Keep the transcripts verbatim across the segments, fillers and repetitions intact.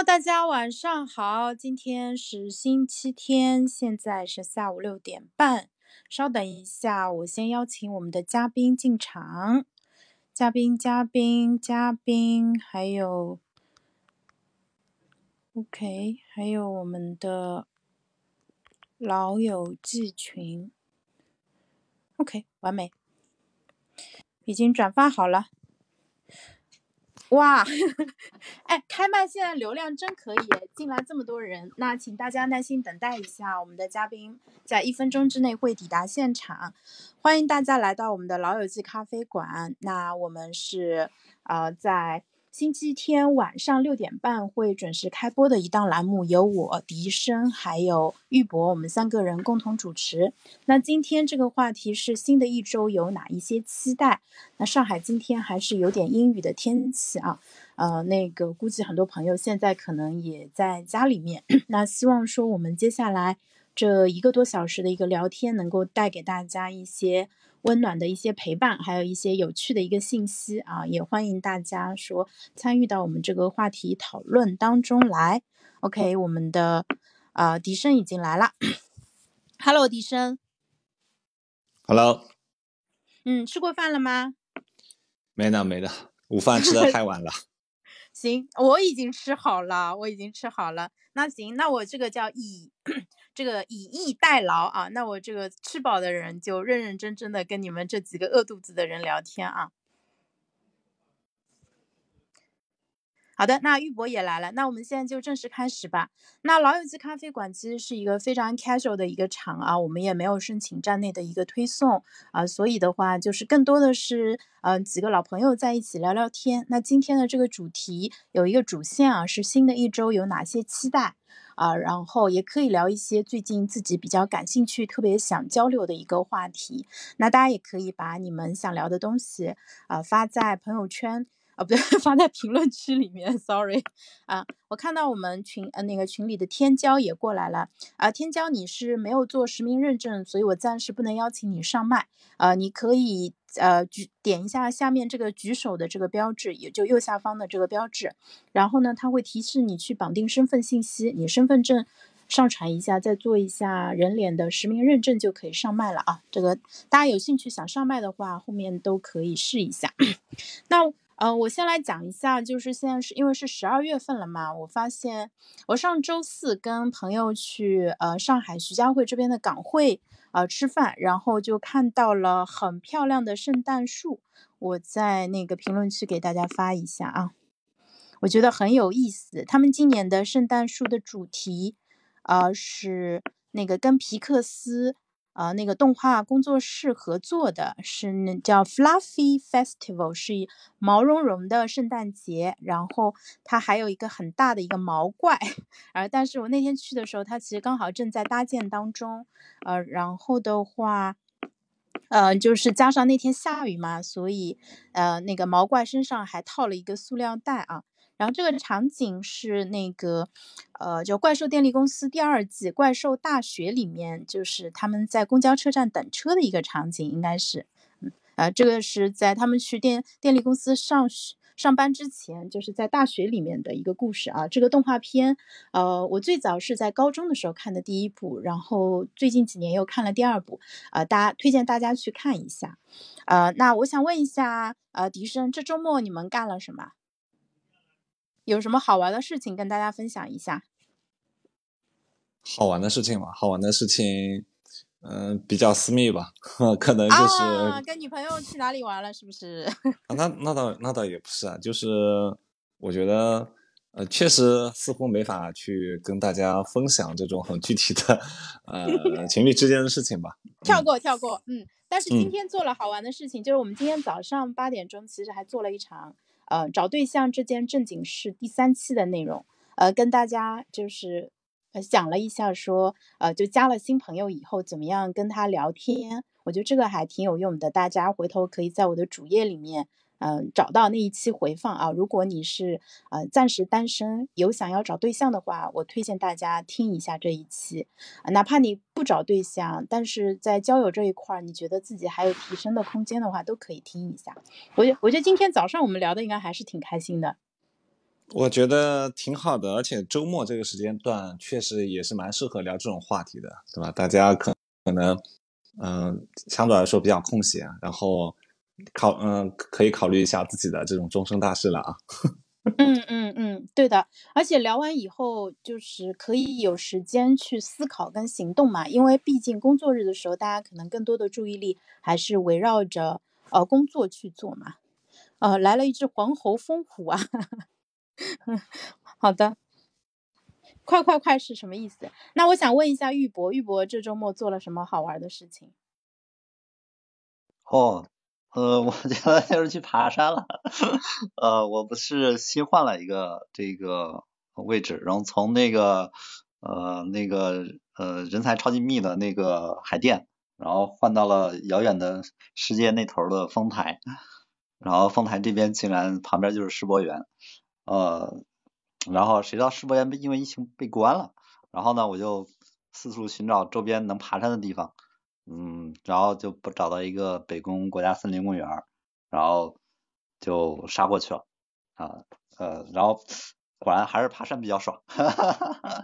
Hello， 大家晚上好，今天是星期天，现在是下午六点半。稍等一下，我先邀请我们的嘉宾进场。嘉宾，嘉宾，嘉宾，还有 OK， 还有我们的老友记群 OK， 完美，已经转发好了。哇，哎，开麦现在流量真可以，进来这么多人，那请大家耐心等待一下，我们的嘉宾在一分钟之内会抵达现场。欢迎大家来到我们的老友记咖啡馆。那我们是呃在星期天晚上六点半会准时开播的一档栏目，由我笛声还有玉博我们三个人共同主持。那今天这个话题是新的一周有哪一些期待？那上海今天还是有点阴雨的天气啊，呃，那个估计很多朋友现在可能也在家里面。那希望说我们接下来这一个多小时的一个聊天，能够带给大家一些温暖的一些陪伴，还有一些有趣的一个信息啊，也欢迎大家说参与到我们这个话题讨论当中来。OK， 我们的呃笛声已经来了，Hello， 笛声 Hello， 嗯，吃过饭了吗？ 没呢没呢，午饭吃的太晚了。 行，我已经吃好了，我已经吃好了。那行，那我这个叫以这个以逸待劳啊。那我这个吃饱的人就认认真真的跟你们这几个饿肚子的人聊天啊。好的，那玉博也来了，那我们现在就正式开始吧。那老友记咖啡馆其实是一个非常 casual 的一个场啊，我们也没有申请站内的一个推送啊，所以的话就是更多的是嗯、呃、几个老朋友在一起聊聊天。那今天的这个主题有一个主线啊，是新的一周有哪些期待啊，然后也可以聊一些最近自己比较感兴趣、特别想交流的一个话题。那大家也可以把你们想聊的东西啊发在朋友圈。哦，不对，发在评论区里面 ，sorry， 啊，我看到我们群呃那个群里的天骄也过来了啊，天骄你是没有做实名认证，所以我暂时不能邀请你上麦啊，你可以呃举点一下下面这个举手的这个标志，也就右下方的这个标志，然后呢，它会提示你去绑定身份信息，你身份证上传一下，再做一下人脸的实名认证就可以上麦了啊。这个大家有兴趣想上麦的话，后面都可以试一下。那呃，我先来讲一下，就是现在是因为是十二月份了嘛，我发现我上周四跟朋友去呃上海徐家汇这边的港汇呃吃饭，然后就看到了很漂亮的圣诞树，我在那个评论区给大家发一下啊，我觉得很有意思。他们今年的圣诞树的主题呃是那个跟皮克斯呃，那个动画工作室合作的，是那叫 Fluffy Festival， 是毛茸茸的圣诞节，然后它还有一个很大的一个毛怪，呃，但是我那天去的时候，它其实刚好正在搭建当中，呃，然后的话，呃，就是加上那天下雨嘛，所以呃，那个毛怪身上还套了一个塑料袋啊。然后这个场景是那个，呃，就怪兽电力公司第二季《怪兽大学》里面，就是他们在公交车站等车的一个场景，应该是，嗯，呃，这个是在他们去电电力公司上上班之前，就是在大学里面的一个故事啊。这个动画片，呃，我最早是在高中的时候看的第一部，然后最近几年又看了第二部，呃，大家推荐大家去看一下。呃，那我想问一下，呃，笛声，这周末你们干了什么？有什么好玩的事情跟大家分享一下？ 好玩的事情嘛，好玩的事情，嗯、呃，比较私密吧，可能就是、 啊、跟女朋友去哪里玩了，是不是？ 啊，那那倒那倒也不是啊，就是我觉得，呃，确实似乎没法去跟大家分享这种很具体的，呃，情侣之间的事情吧。 跳过，跳过，嗯。但是今嗯天做了好玩的事情，就是我们今天早上八点钟，其实还做了一场，呃，找对象这件正经事第三期的内容，呃，跟大家就是呃讲了一下说，呃，就加了新朋友以后怎么样跟他聊天，我觉得这个还挺有用的，大家回头可以在我的主页里面。嗯、呃，找到那一期回放啊！如果你是呃暂时单身，有想要找对象的话，我推荐大家听一下这一期。啊，哪怕你不找对象，但是在交友这一块，你觉得自己还有提升的空间的话，都可以听一下。我觉我觉得今天早上我们聊的应该还是挺开心的。 我觉得挺好的，而且周末这个时间段确实也是蛮适合聊这种话题的，对吧？大家可可能，嗯、呃相对来说比较空闲，然后考，嗯、呃可以考虑一下自己的这种终身大事了啊。 嗯嗯嗯，对的，而且聊完以后，就是可以有时间去思考跟行动嘛，因为毕竟工作日的时候，大家可能更多的注意力还是围绕着呃工作去做嘛。呃，来了一只黄喉风虎啊，好的，快快快是什么意思？那我想问一下玉博，玉博这周末做了什么好玩的事情？ 哦，呃，我觉得就是去爬山了。呃，我不是新换了一个这个位置，然后从那个呃那个呃人才超级密的那个海淀，然后换到了遥远的世界那头的丰台，然后丰台这边竟然旁边就是世博园，呃，然后谁知道世博园被因为疫情被关了，然后呢我就四处寻找周边能爬山的地方。嗯，然后就不找到一个北宫国家森林公园儿，然后就杀过去了啊，呃，然后果然还是爬山比较爽，哈哈哈哈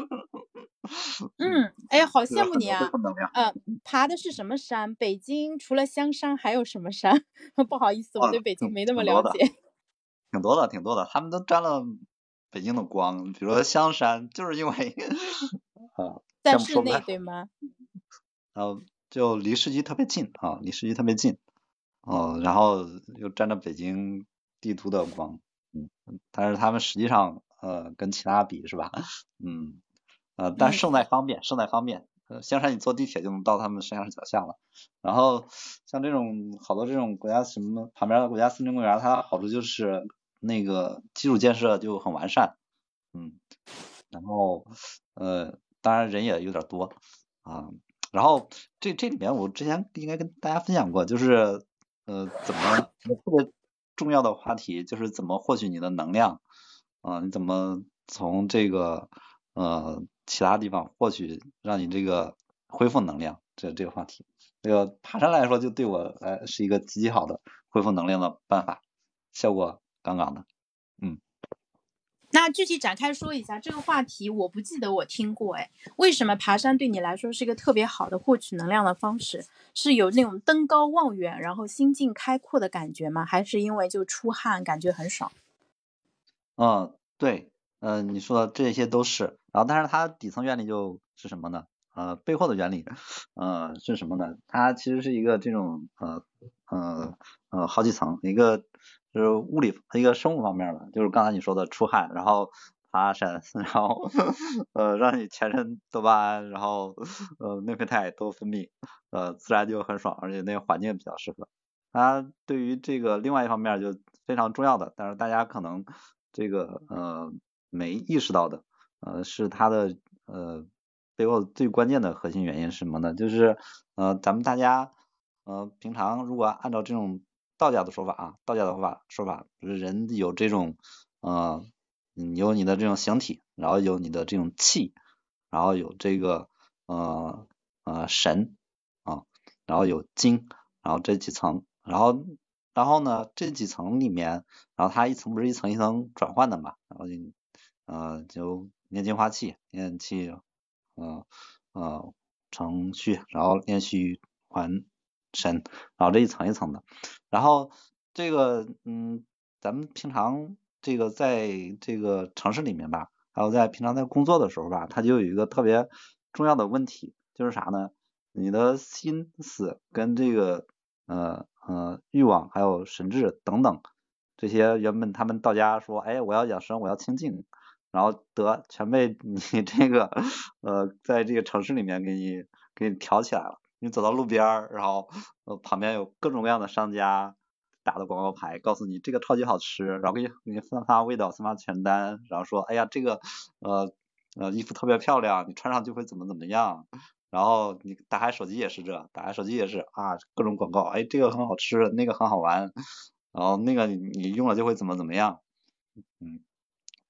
嗯， 嗯，哎，好这个很多恢羡慕你啊！ 复能量。 呃，爬的是什么山？北京除了香山还有什么山？不好意思，我哦， 对北京挺没那么挺多的， 了解。 挺多的，挺多的，他们都沾了北京的光，比如说香山，就是因为啊， 在这么室内说不太好， 对吗？ 然后就离市区特别近啊，离市区特别近。哦，然后又沾着北京帝都的光，嗯，但是他们实际上呃跟其他比是吧，嗯，呃，但嗯， 胜在方便，胜在方便，呃，香山你坐地铁就能到他们山上脚下了，然后像这种好多这种国家什么旁边的国家森林公园，它好处就是那个基础建设就很完善，嗯，然后呃，当然人也有点多啊。然后这这里面我之前应该跟大家分享过，就是呃怎么特别重要的话题就是怎么获取你的能量啊、你怎么从这个呃其他地方获取让你这个恢复能量这这个话题，这个爬山来说就对我来是一个极其好的恢复能量的办法，效果杠杠的，嗯。 那具体展开说一下这个话题，我不记得我听过。哎，为什么爬山对你来说是一个特别好的获取能量的方式？是有那种登高望远，然后心境开阔的感觉吗？还是因为就出汗感觉很爽？ 嗯，对，嗯，你说的这些都是，然后但是它底层原理就是什么呢？呃，背后的原理，呃，是什么呢？它其实是一个这种呃呃呃好几层，一个就是物理一个生物方面的，就是刚才你说的出汗，然后爬山，然后呃让你全身多巴胺，然后呃内啡肽都分泌，呃自然就很爽，而且那个环境比较适合。它对于这个另外一方面就非常重要的，但是大家可能这个呃没意识到的，呃是它的呃背后最关键的核心原因是什么呢？就是呃咱们大家呃平常如果按照这种道家的说法啊，道家的说法说法，就是人有这种呃嗯有你的这种形体，然后有你的这种气，然后有这个呃呃神啊，然后有精。然后这几层，然后然后呢这几层里面，然后它一层不是一层一层转换的嘛，然后就呃就炼精化气，炼气呃呃成虚，然后炼虚还神，然后这一层一层的，然后这个嗯咱们平常这个在这个城市里面吧，还有在平常在工作的时候吧，它就有一个特别重要的问题，就是啥呢？你的心思跟这个呃呃欲望还有神智等等这些原本他们道家说，哎，我要养生，我要清净，然后得全被你这个呃在这个城市里面给你给你挑起来了。你走到路边儿，然后呃旁边有各种各样的商家打的广告牌，告诉你这个超级好吃，然后给你给你散发味道，散发全单，然后说，哎呀这个呃呃衣服特别漂亮，你穿上就会怎么怎么样。然后你打开手机也是这，打开手机也是啊，各种广告，哎，这个很好吃，那个很好玩，然后那个你你用了就会怎么怎么样，嗯，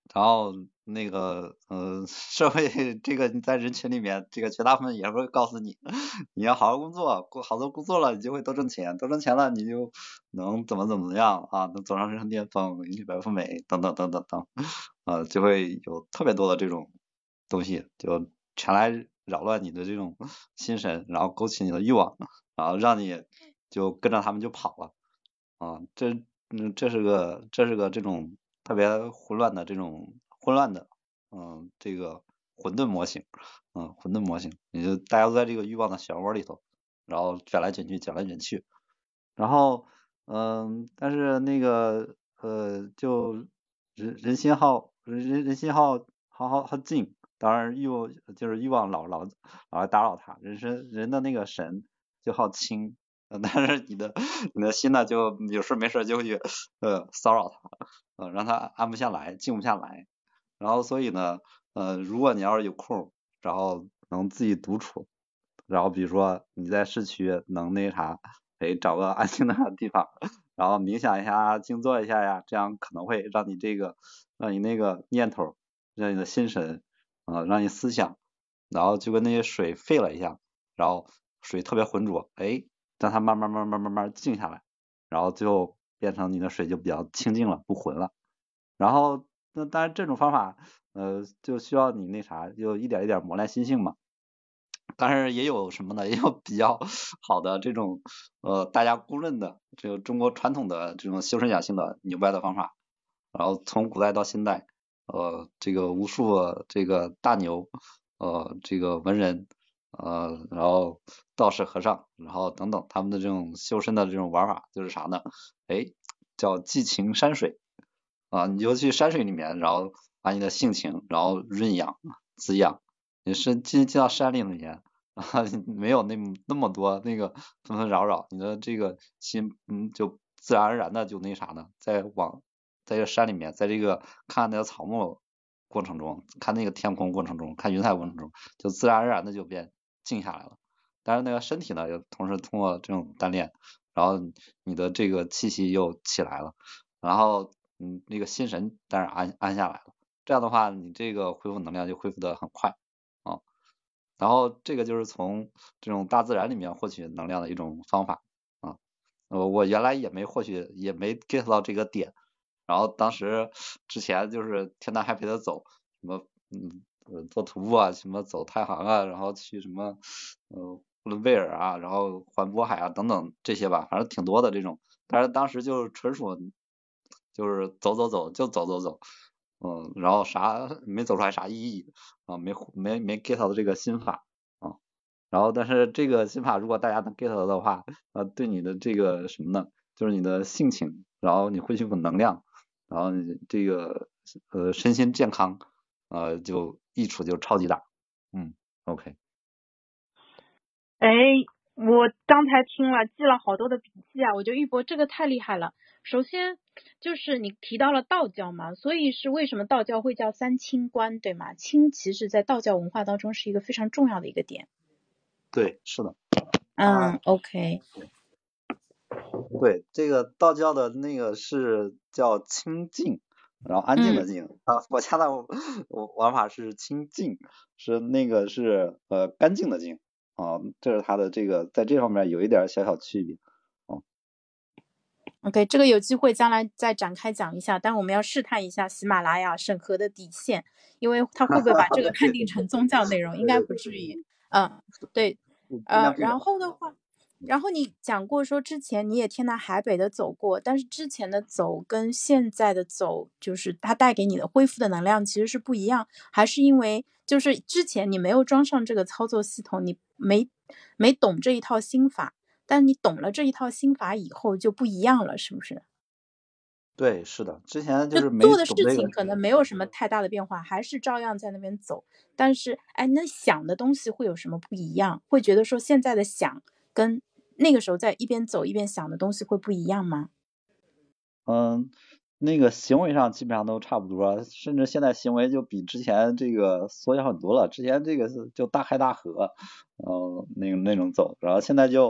然后那个呃社会这个你在人群里面，这个绝大部分也会告诉你，你要好好工作，过好多工作了，你就会多挣钱，多挣钱了你就能怎么怎么样啊，能走上人生巅峰，迎娶白富美等等等等等，呃，就会有特别多的这种东西，就全来扰乱你的这种心神，然后勾起你的欲望，然后让你就跟着他们就跑了啊，这嗯这是个这是个这种特别混乱的这种混乱的嗯这个混沌模型，嗯混沌模型，你就大家都在这个欲望的漩涡里头，然后卷来卷去卷来卷去，然后嗯但是那个呃就人人心好人人人心好好好好静，当然欲望就是欲望老老老来打扰他，人生人的那个神就好清。呃但是你的你的心呢，就有事没事就会去呃骚扰他，呃让他安不下来，静不下来。然后所以呢，呃如果你要是有空，然后能自己独处，然后比如说你在市区能那啥，哎找个安静的地方，然后冥想一下，静坐一下呀，这样可能会让你这个让你那个念头，让你的心神啊、呃让你思想，然后就跟那些水沸了一下，然后水特别浑浊，哎。让它慢慢慢慢慢慢静下来，然后最后变成你的水就比较清净了，不浑了。然后那当然这种方法，呃，就需要你那啥，就一点一点磨练心性嘛。但是也有什么呢？也有比较好的这种呃大家公认的这个中国传统的这种修身养性的牛掰的方法。然后从古代到现代，呃，这个无数这个大牛，呃，这个文人，呃，然后道士和尚，然后等等，他们的这种修身的这种玩法就是啥呢？哎，叫寄情山水啊，你就去山水里面，然后把你的性情，然后润养滋养。你是进进到山里面啊，没有那么那么多那个纷纷扰扰，你的这个心嗯就自然而然的就那啥呢，在往在这山里面，在这个看那个草木过程中，看那个天空过程中，看云彩过程中，就自然而然的就变静下来了。但是那个身体呢，又同时通过这种锻炼，然后你的这个气息又起来了，然后嗯那个心神当然安安下来了。这样的话，你这个恢复能量就恢复的很快啊。然后这个就是从这种大自然里面获取能量的一种方法啊。呃，我原来也没获取，也没 get 到这个点。然后当时之前就是天南海北的走，什么嗯呃做徒步啊，什么走太行啊，然后去什么呃呼伦贝尔啊，然后环渤海啊等等这些吧，反正挺多的这种。但是当时就纯属就是走走走就走走走，嗯，然后啥没走出来啥意义啊，没没没 get 到这个心法啊。然后但是这个心法如果大家能 get 到的话，呃，对你的这个什么呢？就是你的性情，然后你会去能量，然后你这个呃身心健康，呃就益处就超级大。嗯，OK。 哎，我刚才听了，记了好多的笔记啊，我觉得玉博这个太厉害了。首先就是你提到了道教嘛，所以是为什么道教会叫三清观，对吗？清其实在道教文化当中是一个非常重要的一个点。 对，是的。 嗯，OK。 对，这个道教的那个是叫清净，然后安静的嗯静啊，我家的我玩法是清净，是那个是呃干净的净啊，这是它的这个在这方面有一点小小区别。哦， OK，这个有机会将来再展开讲一下，但我们要试探一下喜马拉雅审核的底线，因为他会不会把这个判定成宗教内容，应该不至于。嗯，对，呃，然后的话，然后你讲过说之前你也天南海北的走过，但是之前的走跟现在的走，就是它带给你的恢复的能量其实是不一样，还是因为就是之前你没有装上这个操作系统，你没没懂这一套心法。但你懂了这一套心法以后就不一样了，是不是？ 对，是的，之前就就是没做的事懂这个。 情可能没有什么太大的变化，还是照样在那边走，但是哎，那想的东西会有什么不一样？会觉得说现在的想跟那个时候在一边走一边想的东西会不一样吗？ 嗯，那个行为上基本上都差不多，甚至现在行为就比之前这个缩小很多了。之前这个是就大开大合，呃，那个那种走，然后现在就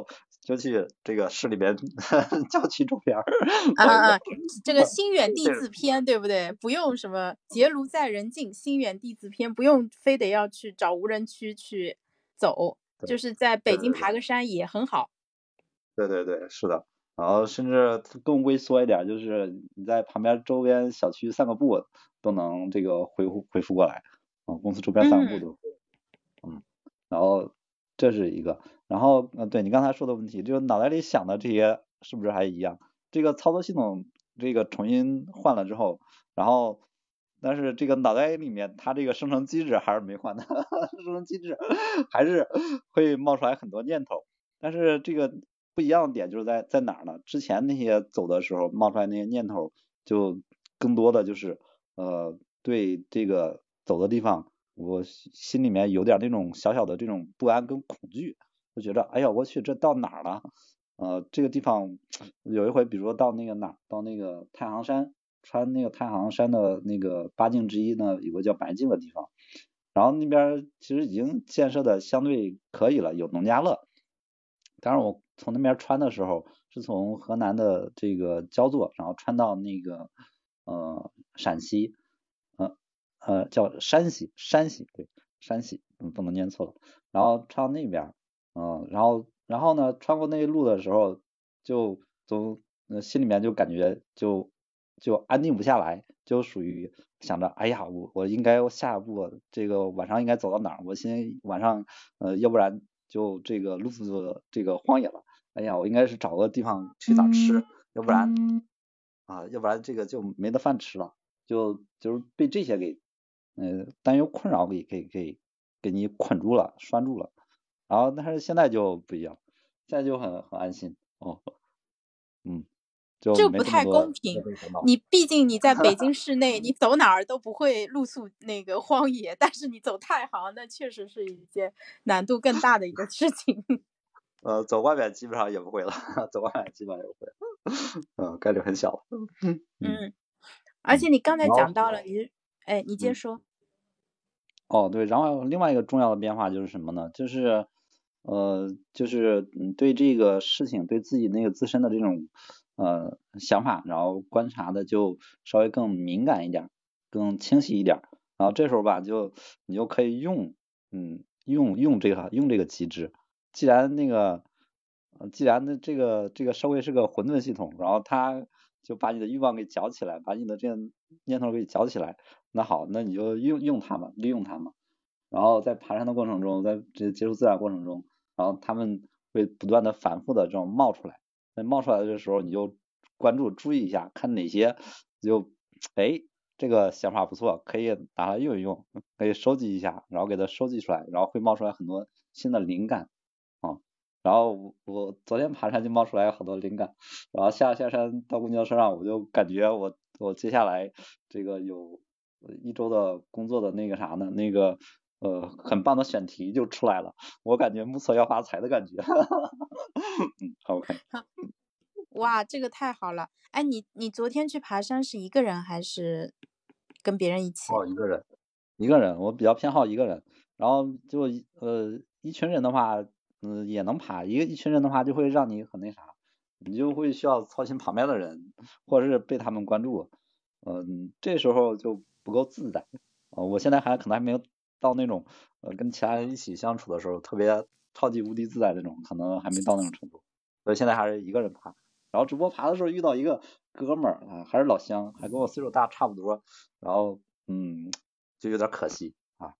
就去这个市里边郊区周边啊找一啊， 个， 这个心远地这自偏，对不对？不用什么结庐在人境，心远地自偏，不用非得要去找无人区去走， 对就是在北京对对对爬个山也很好。 对对对，是的。然后甚至更微缩一点，就是你在旁边周边小区散个步都能这个回复回复过来，啊、公司周边散个步嗯都，嗯，然后这是一个，然后呃，对你刚才说的问题，就是脑袋里想的这些是不是还一样？这个操作系统这个重新换了之后，然后但是这个脑袋里面它这个生成机制还是没换的，生成机制还是会冒出来很多念头，但是这个不一样的点就是在在哪儿呢？之前那些走的时候冒出来那些念头，就更多的就是呃对这个走的地方，我心里面有点那种小小的这种不安跟恐惧，就觉得哎呀我去这到哪儿了？呃这个地方有一回，比如说到那个哪儿，到那个太行山，穿那个太行山的那个八境之一呢，有个叫白境的地方，然后那边其实已经建设的相对可以了，有农家乐。当然我从那边穿的时候是从河南的这个焦作，然后穿到那个呃陕西，呃呃叫山西，山西对山西，嗯不能念错了，然后穿到那边，嗯、然后然后呢穿过那路的时候，就总呃心里面就感觉就就安定不下来，就属于想着，哎呀，我我应该下一步这个晚上应该走到哪儿？我先晚上呃，要不然就这个路子这个荒野了。哎呀，我应该是找个地方去哪儿吃，要不然啊，要不然这个就没得饭吃了。就就是被这些给呃担忧困扰给给给给你捆住了，拴住了。然后但是现在就不一样，现在就很很安心哦，嗯，就这没这么不太公多平。 烦恼。 你毕竟你在北京市内，你走哪儿都不会露宿那个荒野，但是你走太行，那确实是一件难度更大的一个事情。 呃，走外面基本上也不会了，走外面基本上也不会了，嗯，概率很小。嗯嗯，而且嗯， 你刚才然后讲到了，你是，哎，你接着嗯。 说。 哦，对，然后另外一个重要的变化就是什么呢？就是，呃，就是嗯，对这个事情，对自己那个自身的这种呃想法，然后观察的就稍微更敏感一点儿，更清晰一点儿。然后这时候吧，就你就可以用，嗯，用用这个用这个机制。既然那个，呃，既然呢这个这个社会是个混沌系统，然后它就把你的欲望给搅起来，把你的这个念头给搅起来。那好，那你就用用它们，利用它们，然后在爬山的过程中，在这接触自然过程中，然后他们会不断的反复的这种冒出来，那冒出来的时候，你就关注注意一下，看哪些就哎这个想法不错，可以拿来用一用，可以收集一下，然后给它收集出来，然后会冒出来很多新的灵感啊。然后我我昨天爬山就冒出来好多灵感，然后下下山到公交车上，我就感觉我我接下来这个有一周的工作的那个啥呢，那个呃很棒的选题就出来了，我感觉目测要发财的感觉，嗯，OK， 哇，这个太好了！哎，你你昨天去爬山是一个人还是跟别人一起？ 哦，一个人，一个人，我比较偏好一个人，然后就一呃一群人的话，嗯、也能爬，一个一群人的话就会让你很那啥，你就会需要操心旁边的人，或者是被他们关注，嗯、这时候就不够自在，呃，我现在还可能还没有到那种呃跟其他人一起相处的时候特别超级无敌自在那种，可能还没到那种程度，所以现在还是一个人爬，然后直播爬的时候遇到一个哥们儿啊，还是老乡，还跟我岁数大差不多。然后嗯，就有点可惜啊。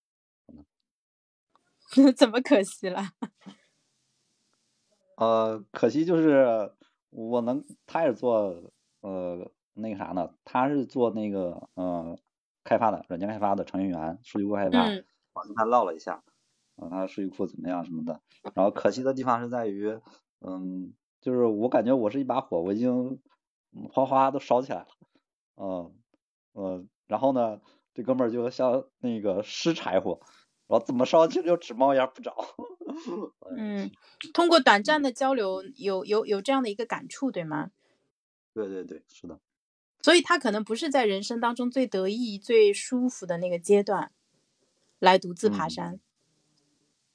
怎么可惜了？ 呃，可惜就是我能，他也是做呃那个啥呢，他是做那个呃开发的，软件开发的程序员，数据库开发。 嗯， 我跟他唠了一下，啊、他数据库怎么样什么的。然后可惜的地方是在于，嗯，就是我感觉我是一把火，我已经嗯哗哗都烧起来了，嗯呃，然后呢，这哥们儿就像那个湿柴火，然后怎么烧就就只冒烟不着。哎呀， 嗯，通过短嗯， 暂的交流，有有有这样的一个感触，对吗？ 对对对，是的。 所以他可能不是在人生当中最得意、最舒服的那个阶段来独自爬嗯， 山。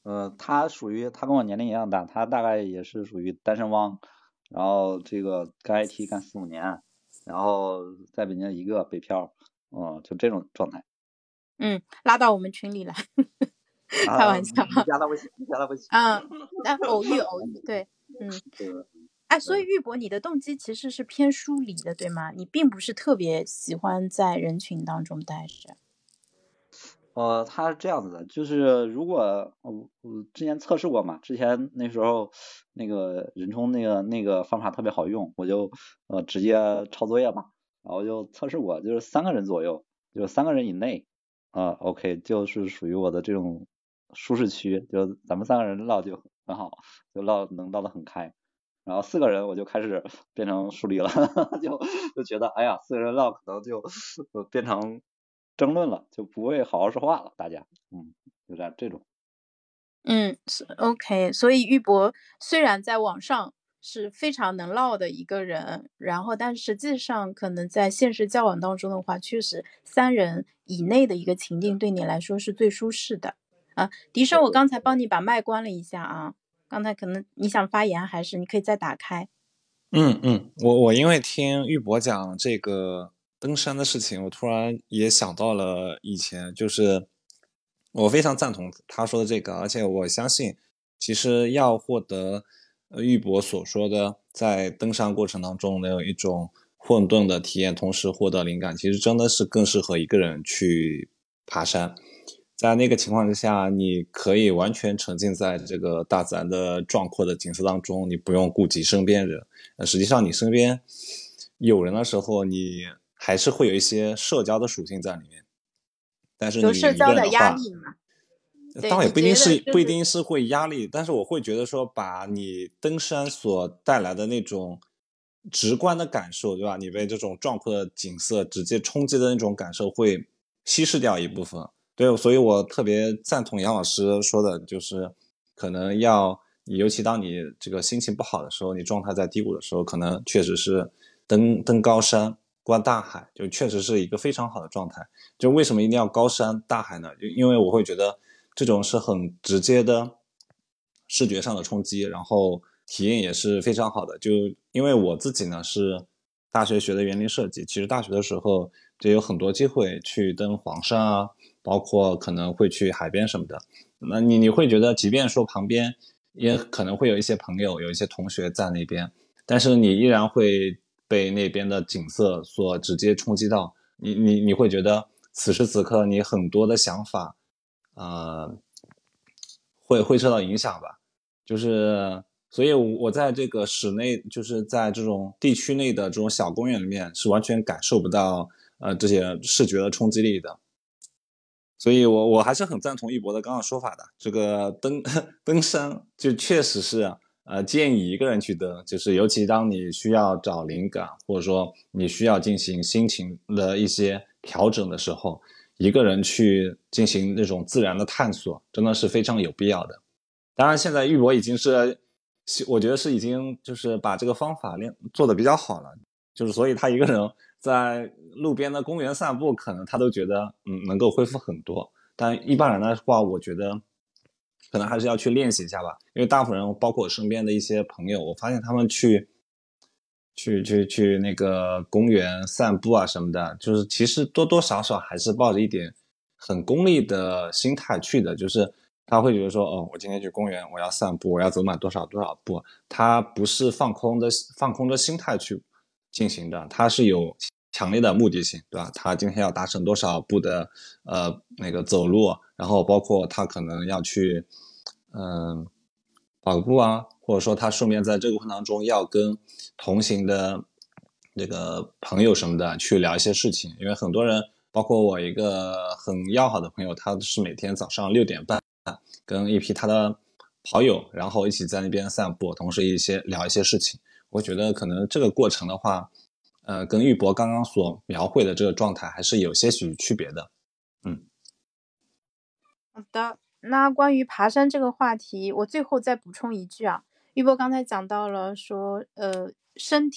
呃，他属于他跟我年龄一样大，他大概也是属于单身汪，然后这个干 I T 干四五年，然后在北京一个北漂，嗯，就这种状态。 嗯，拉到我们群里来，开啊， 玩笑。 你加他微信，你加他微信。 嗯，那偶遇偶遇，对，嗯， 对， 哎，所以对。 玉博，你的动机其实是偏疏离的，对吗？你并不是特别喜欢在人群当中待着。 呃，他是这样子的，就是如果我我之前测试过嘛，之前那时候那个人冲那个那个方法特别好用，我就呃直接抄作业嘛，然后就测试过，就是三个人左右，就是三个人以内，啊，OK，就是属于我的这种舒适区，就咱们三个人唠就很好，就唠能唠得很开。然后四个人我就开始变成疏离了，就就觉得哎呀，四个人唠可能就呃变成争论了，就不会好好说话了，大家，嗯，有点这种。 嗯，是 OK。所以玉博虽然在网上是非常能唠的一个人，然后但实际上可能在现实交往当中的话，确实三人以内的一个情境对你来说是最舒适的。啊，笛声，我刚才帮你把麦关了一下啊，刚才可能你想发言，还是你可以再打开。 嗯嗯，我我因为听玉博讲这个登山的事情，我突然也想到了以前，就是我非常赞同他说的这个，而且我相信，其实要获得呃玉博所说的在登山过程当中能有一种混沌的体验，同时获得灵感，其实真的是更适合一个人去爬山。在那个情况之下，你可以完全沉浸在这个大自然的壮阔的景色当中，你不用顾及身边人。呃，实际上你身边有人的时候，你还是会有一些社交的属性在里面。但是有你一个社交的人的话， 压力嘛？对， 倒也你觉不一定是得就是不一定是会压力，但是我会觉得说，把你登山所带来的那种直观的感受，对吧？你被这种壮阔的景色直接冲击的那种感受，会稀释掉一部分。对，所以我特别赞同杨老师说的，就是可能要，尤其当你这个心情不好的时候，你状态在低谷的时候，可能确实是登登高山、观大海，就确实是一个非常好的状态。就为什么一定要高山大海呢？就因为我会觉得这种是很直接的视觉上的冲击，然后体验也是非常好的。就因为我自己呢是大学学的园林设计，其实大学的时候就有很多机会去登黄山啊，包括可能会去海边什么的。那你你会觉得，即便说旁边也可能会有一些朋友、有一些同学在那边，但是你依然会被那边的景色所直接冲击到。你你你会觉得此时此刻你很多的想法，呃，会会受到影响吧。就是所以我在这个室内，就是在这种地区内的这种小公园里面，是完全感受不到呃这些视觉的冲击力的。所以我我还是很赞同一博的刚刚说法的。这个登登山就确实是呃建议一个人去登，就是尤其当你需要找灵感，或者说你需要进行心情的一些调整的时候，一个人去进行那种自然的探索，真的是非常有必要的。当然，现在玉博已经是，我觉得是已经就是把这个方法练做的比较好了，就是所以他一个人在路边的公园散步，可能他都觉得嗯能够恢复很多。但一般人的话，我觉得可能还是要去练习一下吧，因为大部分人，包括我身边的一些朋友，我发现他们去去去去那个公园散步啊什么的，就是其实多多少少还是抱着一点很功利的心态去的，就是他会觉得说，哦，我今天去公园，我要散步，我要走满多少多少步，他不是放空的放空的心态去进行的，他是有强烈的目的性，对吧？他今天要达成多少步的呃那个走路，然后包括他可能要去嗯、呃跑步啊，或者说他顺便在这个过程当中要跟同行的这个朋友什么的去聊一些事情，因为很多人，包括我一个很要好的朋友，他是每天早上六点半跟一批他的跑友，然后一起在那边散步，同时一些聊一些事情。我觉得可能这个过程的话，呃，跟玉博刚刚所描绘的这个状态还是有些许区别的。嗯， 好的，那关于爬山这个话题，我最后再补充一句啊，玉波刚才讲到了说，呃，身体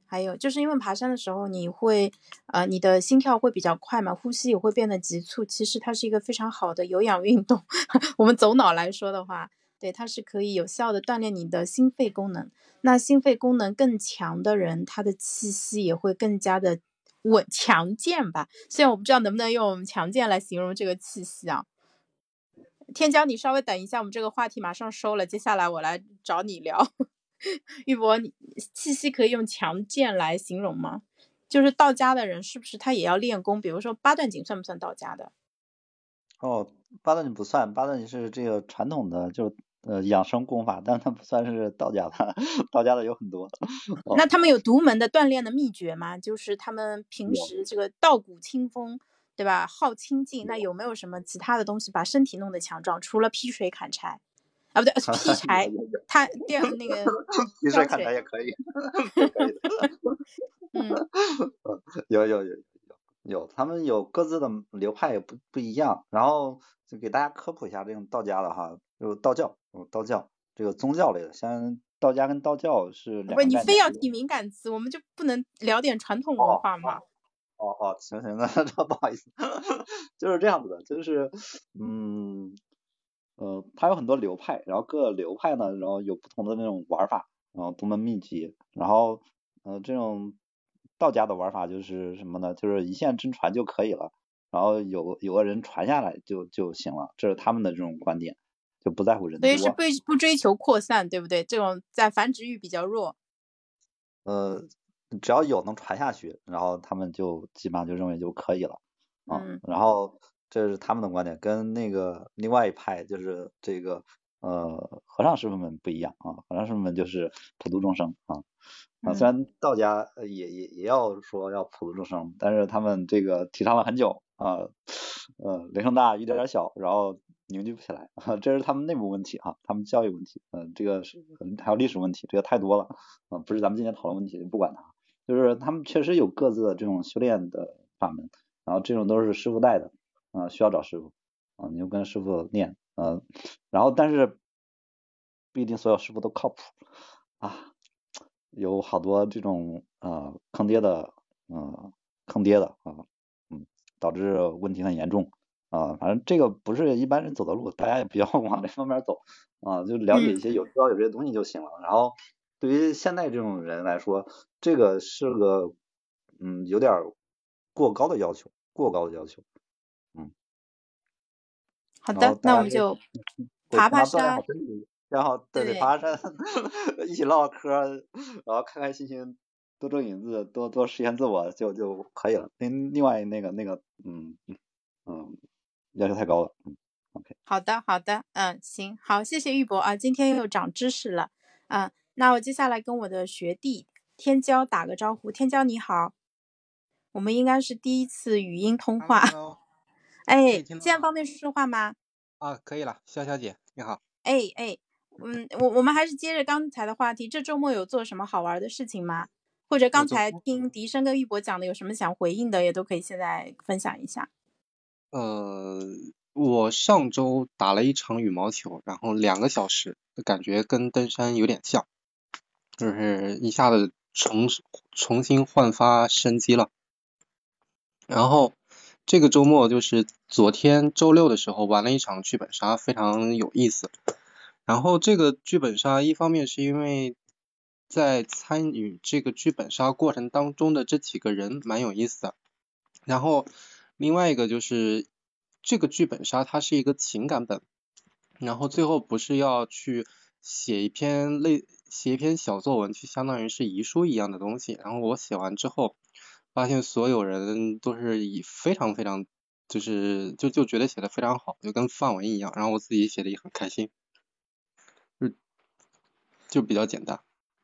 还有就是因为爬山的时候，你会呃你的心跳会比较快嘛，呼吸也会变得急促。其实它是一个非常好的有氧运动。我们走脑来说的话，对，它是可以有效的锻炼你的心肺功能。那心肺功能更强的人，他的气息也会更加的稳强健吧。虽然我不知道能不能用强健来形容这个气息啊。天骄，你稍微等一下，我们这个话题马上收了，接下来我来找你聊。玉博，你气息可以用强健来形容吗？就是道家的人是不是他也要练功？比如说八段锦算不算道家的？ 哦，八段锦不算，八段锦是这个传统的，就呃养生功法，但它不算是道家的，道家的有很多。哦， 那他们有独门的锻炼的秘诀吗？就是他们平有时这个道骨清风，对吧？好清静，那有没有什么其他的东西把身体弄得强壮？除了劈水砍柴啊，不对，劈柴， 有有有， 他电那个滴水看挑水， 柴也可以，都可以的。 嗯有有有有有，他们有各自的流派也不不一样。然后就给大家科普一下这种道家的哈，就是道教，嗯，道教这个宗教类的，像道家跟道教是两不， 个概念。 你非要提敏感词，我们就不能聊点传统文哦化吗？ 哦哦，行行，那那不好意思，就是这样子的，就是嗯呃，它有很多流派，然后各流派呢，然后有不同的那种玩法，然后独门秘籍，然后呃这种道家的玩法就是什么呢？就是一线真传就可以了，然后有有个人传下来就就行了，这是他们的这种观点，就不在乎人所以是不多。 不追求扩散，对不对？这种在繁殖欲比较弱。 呃，只要有能传下去，然后他们就基本上就认为就可以了啊。 嗯然后这是他们的观点，跟那个另外一派就是这个呃和尚师傅们不一样啊。和尚师傅们就是普度众生啊啊，虽嗯然道家呃也也也要说要普度众生，但是他们这个提倡了很久啊，呃雷声大雨点儿小，然后凝聚不起来，啊，这是他们内部问题哈，他们教育问题，嗯、这个是嗯还有历史问题，这个太多了。啊，不是咱们今天讨论问题，不管它，就是他们确实有各自的这种修炼的法门，然后这种都是师傅带的，啊、需要找师傅，啊、你就跟师傅练，呃，然后但是不一定所有师傅都靠谱啊，有好多这种呃坑爹的，呃坑爹的啊，嗯，导致问题很严重啊，反正这个不是一般人走的路，大家也不要往这方面走啊，就了解嗯， 一些有知道有这些东西就行了。然后对于现在这种人来说，这个是个嗯有点过高的要求，过高的要求，嗯， 好的， 然后大家都那我们就对爬平常锻炼好爬山。 身体，然后对对对， 爬爬山，一起唠唠嗑儿，然后开开心心，多挣引子，多多实现自我就就可以了。另另外那个那个嗯嗯要求太高了，嗯，OK。 好的好的，嗯，行，好，谢谢玉博啊，今天又长知识了。嗯，那我接下来跟我的学弟天骄打个招呼。天骄你好，我们应该是第一次语音通话。 Hello，可以哎， 听到吗？ 现在方便说说话吗？ 啊，可以了，潇潇姐，你好。 哎哎，嗯，我我们还是接着刚才的话题，这周末有做什么好玩的事情吗？或者刚才我周末听笛声跟玉博讲的，有什么想回应的，也都可以现在分享一下。 呃，我上周打了一场羽毛球，然后两个小时，感觉跟登山有点像，就是一下子重重新焕发生机了。然后这个周末就是昨天周六的时候玩了一场剧本杀，非常有意思。然后这个剧本杀一方面是因为在参与这个剧本杀过程当中的这几个人蛮有意思的，然后另外一个就是这个剧本杀它是一个情感本，然后最后不是要去写一篇类写一篇小作文，就相当于是遗书一样的东西。然后我写完之后，发现所有人都是以非常非常就是就就觉得写的非常好，就跟范文一样。然后我自己写的也很开心，就就比较简单。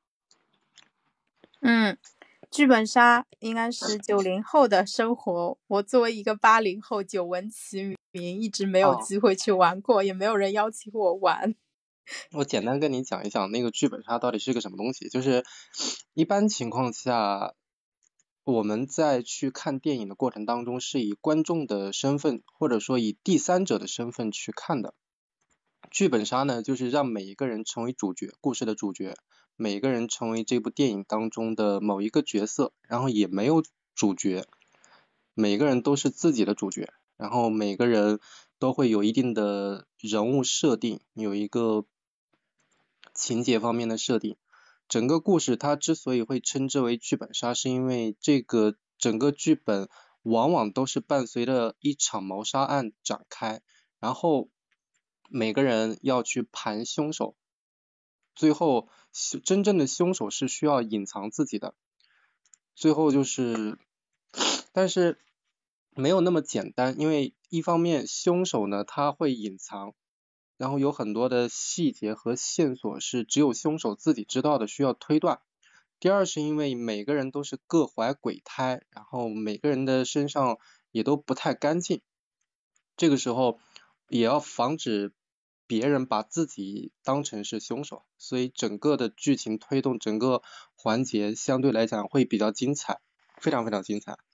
嗯，剧本杀应该是九零后的生活。我作为一个八零后，久闻其名，一直没有哦， 机会去玩过，也没有人邀请我玩。 我简单跟你讲一讲那个剧本杀到底是个什么东西。就是一般情况下，我们在去看电影的过程当中，是以观众的身份，或者说以第三者的身份去看的。剧本杀呢，就是让每一个人成为主角，故事的主角， 每个人成为这部电影当中的某一个角色，然后也没有主角，每个人都是自己的主角，然后每个人都会有一定的人物设定，有一个情节方面的设定。整个故事它之所以会称之为剧本杀，是因为这个整个剧本往往都是伴随着一场谋杀案展开，然后每个人要去盘凶手，最后真正的凶手是需要隐藏自己的，最后就是但是没有那么简单，因为一方面凶手呢他会隐藏，然后有很多的细节和线索是只有凶手自己知道的，需要推断。第二是因为每个人都是各怀鬼胎，然后每个人的身上也都不太干净，这个时候也要防止别人把自己当成是凶手，所以整个的剧情推动，整个环节相对来讲会比较精彩，非常非常精彩。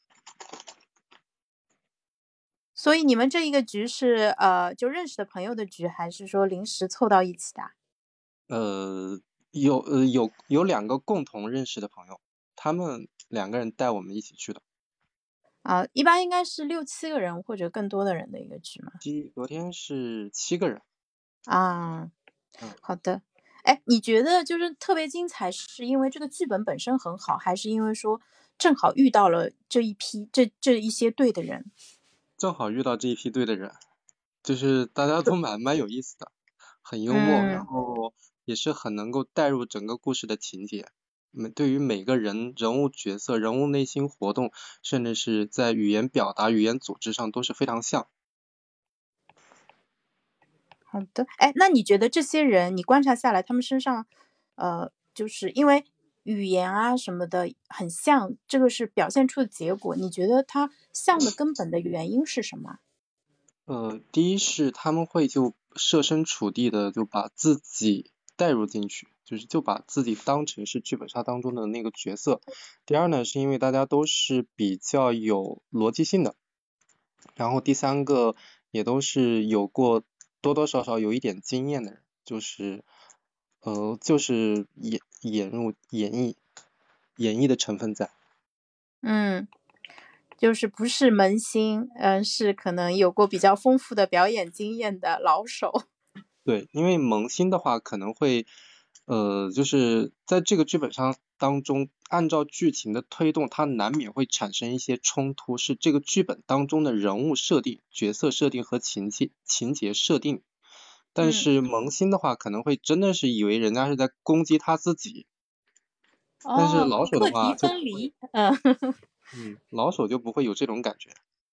所以你们这一个局是呃就认识的朋友的局，还是说临时凑到一起的？ 呃，有呃有有两个共同认识的朋友，他们两个人带我们一起去的。 啊、一般应该是六七个人或者更多的人的一个局嘛。 七昨天是七个人。 啊， 嗯， 好的。哎，你觉得就是特别精彩，是因为这个剧本本身很好，还是因为说正好遇到了这一批这这一些对的人？ 正好遇到这一批对的人，就是大家都蛮蛮有意思的，很幽默，然嗯， 后也是很能够带入整个故事的情节。每对于每个人人物角色、人物内心活动，甚至是在语言表达、语言组织上都是非常像。 好的。哎，那你觉得这些人，你观察下来，他们身上，呃，就是因为语言啊什么的很像，这个是表现出的结果。你觉得它像的根本的原因是什么？ 呃，第一是他们会就设身处地的就把自己带入进去，就是就把自己当成是剧本杀当中的那个角色。第二呢，是因为大家都是比较有逻辑性的，然后第三个也都是有过多多少少有一点经验的人，就是呃就是演演入演绎演绎的成分在。 嗯，就是不是萌新，嗯、是可能有过比较丰富的表演经验的老手。 对，因为萌新的话可能会，呃，就是在这个剧本上当中，按照剧情的推动，它难免会产生一些冲突，是这个剧本当中的人物设定、角色设定和情节情节设定。但嗯， 是萌新的话，可能会真的是以为人家是在攻击他自己，但是哦， 老手的课题话就不会， 分离，嗯嗯，老手就不会有这种感觉。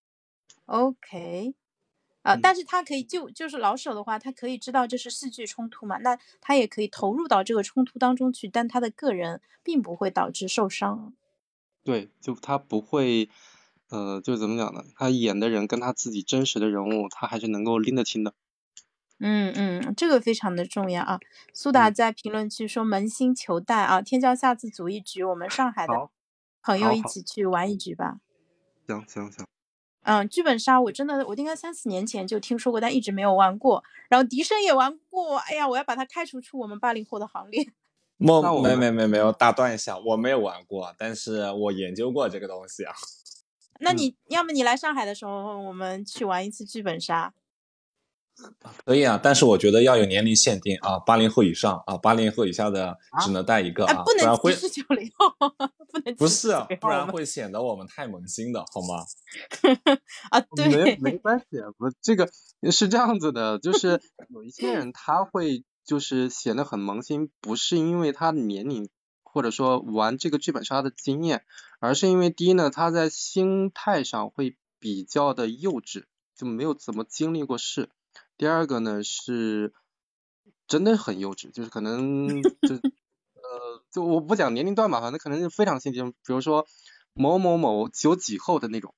，OK。呃， 嗯， 但是他可以就就是老手的话，他可以知道这是戏剧冲突嘛，那他也可以投入到这个冲突当中去，但他的个人并不会导致受伤。 对，就他不会，呃，就怎么讲呢？他演的人跟他自己真实的人物，他还是能够拎得清的。 嗯嗯，这个非常的重要啊。苏打嗯， 在评论区说扪心求带啊，天骄下次组一局，我们上海的好， 朋友一好，好， 起去玩一局吧。 行行行。 嗯，剧本杀我真的我应该三四年前就听说过，但一直没有玩过。然后笛声也玩过，哎呀，我要把它开除出我们八零后的行列。 莫没那我们没没没有打断一下，我没有玩过，但是我研究过这个东西啊。 嗯， 那你要么你来上海的时候，我们去玩一次剧本杀。 可以啊，但是我觉得要有年龄限定啊，八零后以上啊，八零后以下的只能带一个啊， 啊， 不能不然会歧视九零后，不能歧视不是啊， 九零后，我们不然会显得我们太萌新的好吗？ 啊，对， 没没关系，不，这个是这样子的，就是有一些人他会就是显得很萌新，不是因为他的年龄或者说玩这个剧本杀的经验，而是因为第一呢，他在心态上会比较的幼稚，就没有怎么经历过事。第二个呢是真的很幼稚，就是可能就呃就我不讲年龄段吧，反正可能是非常新奇，比如说某某某九几后的那种。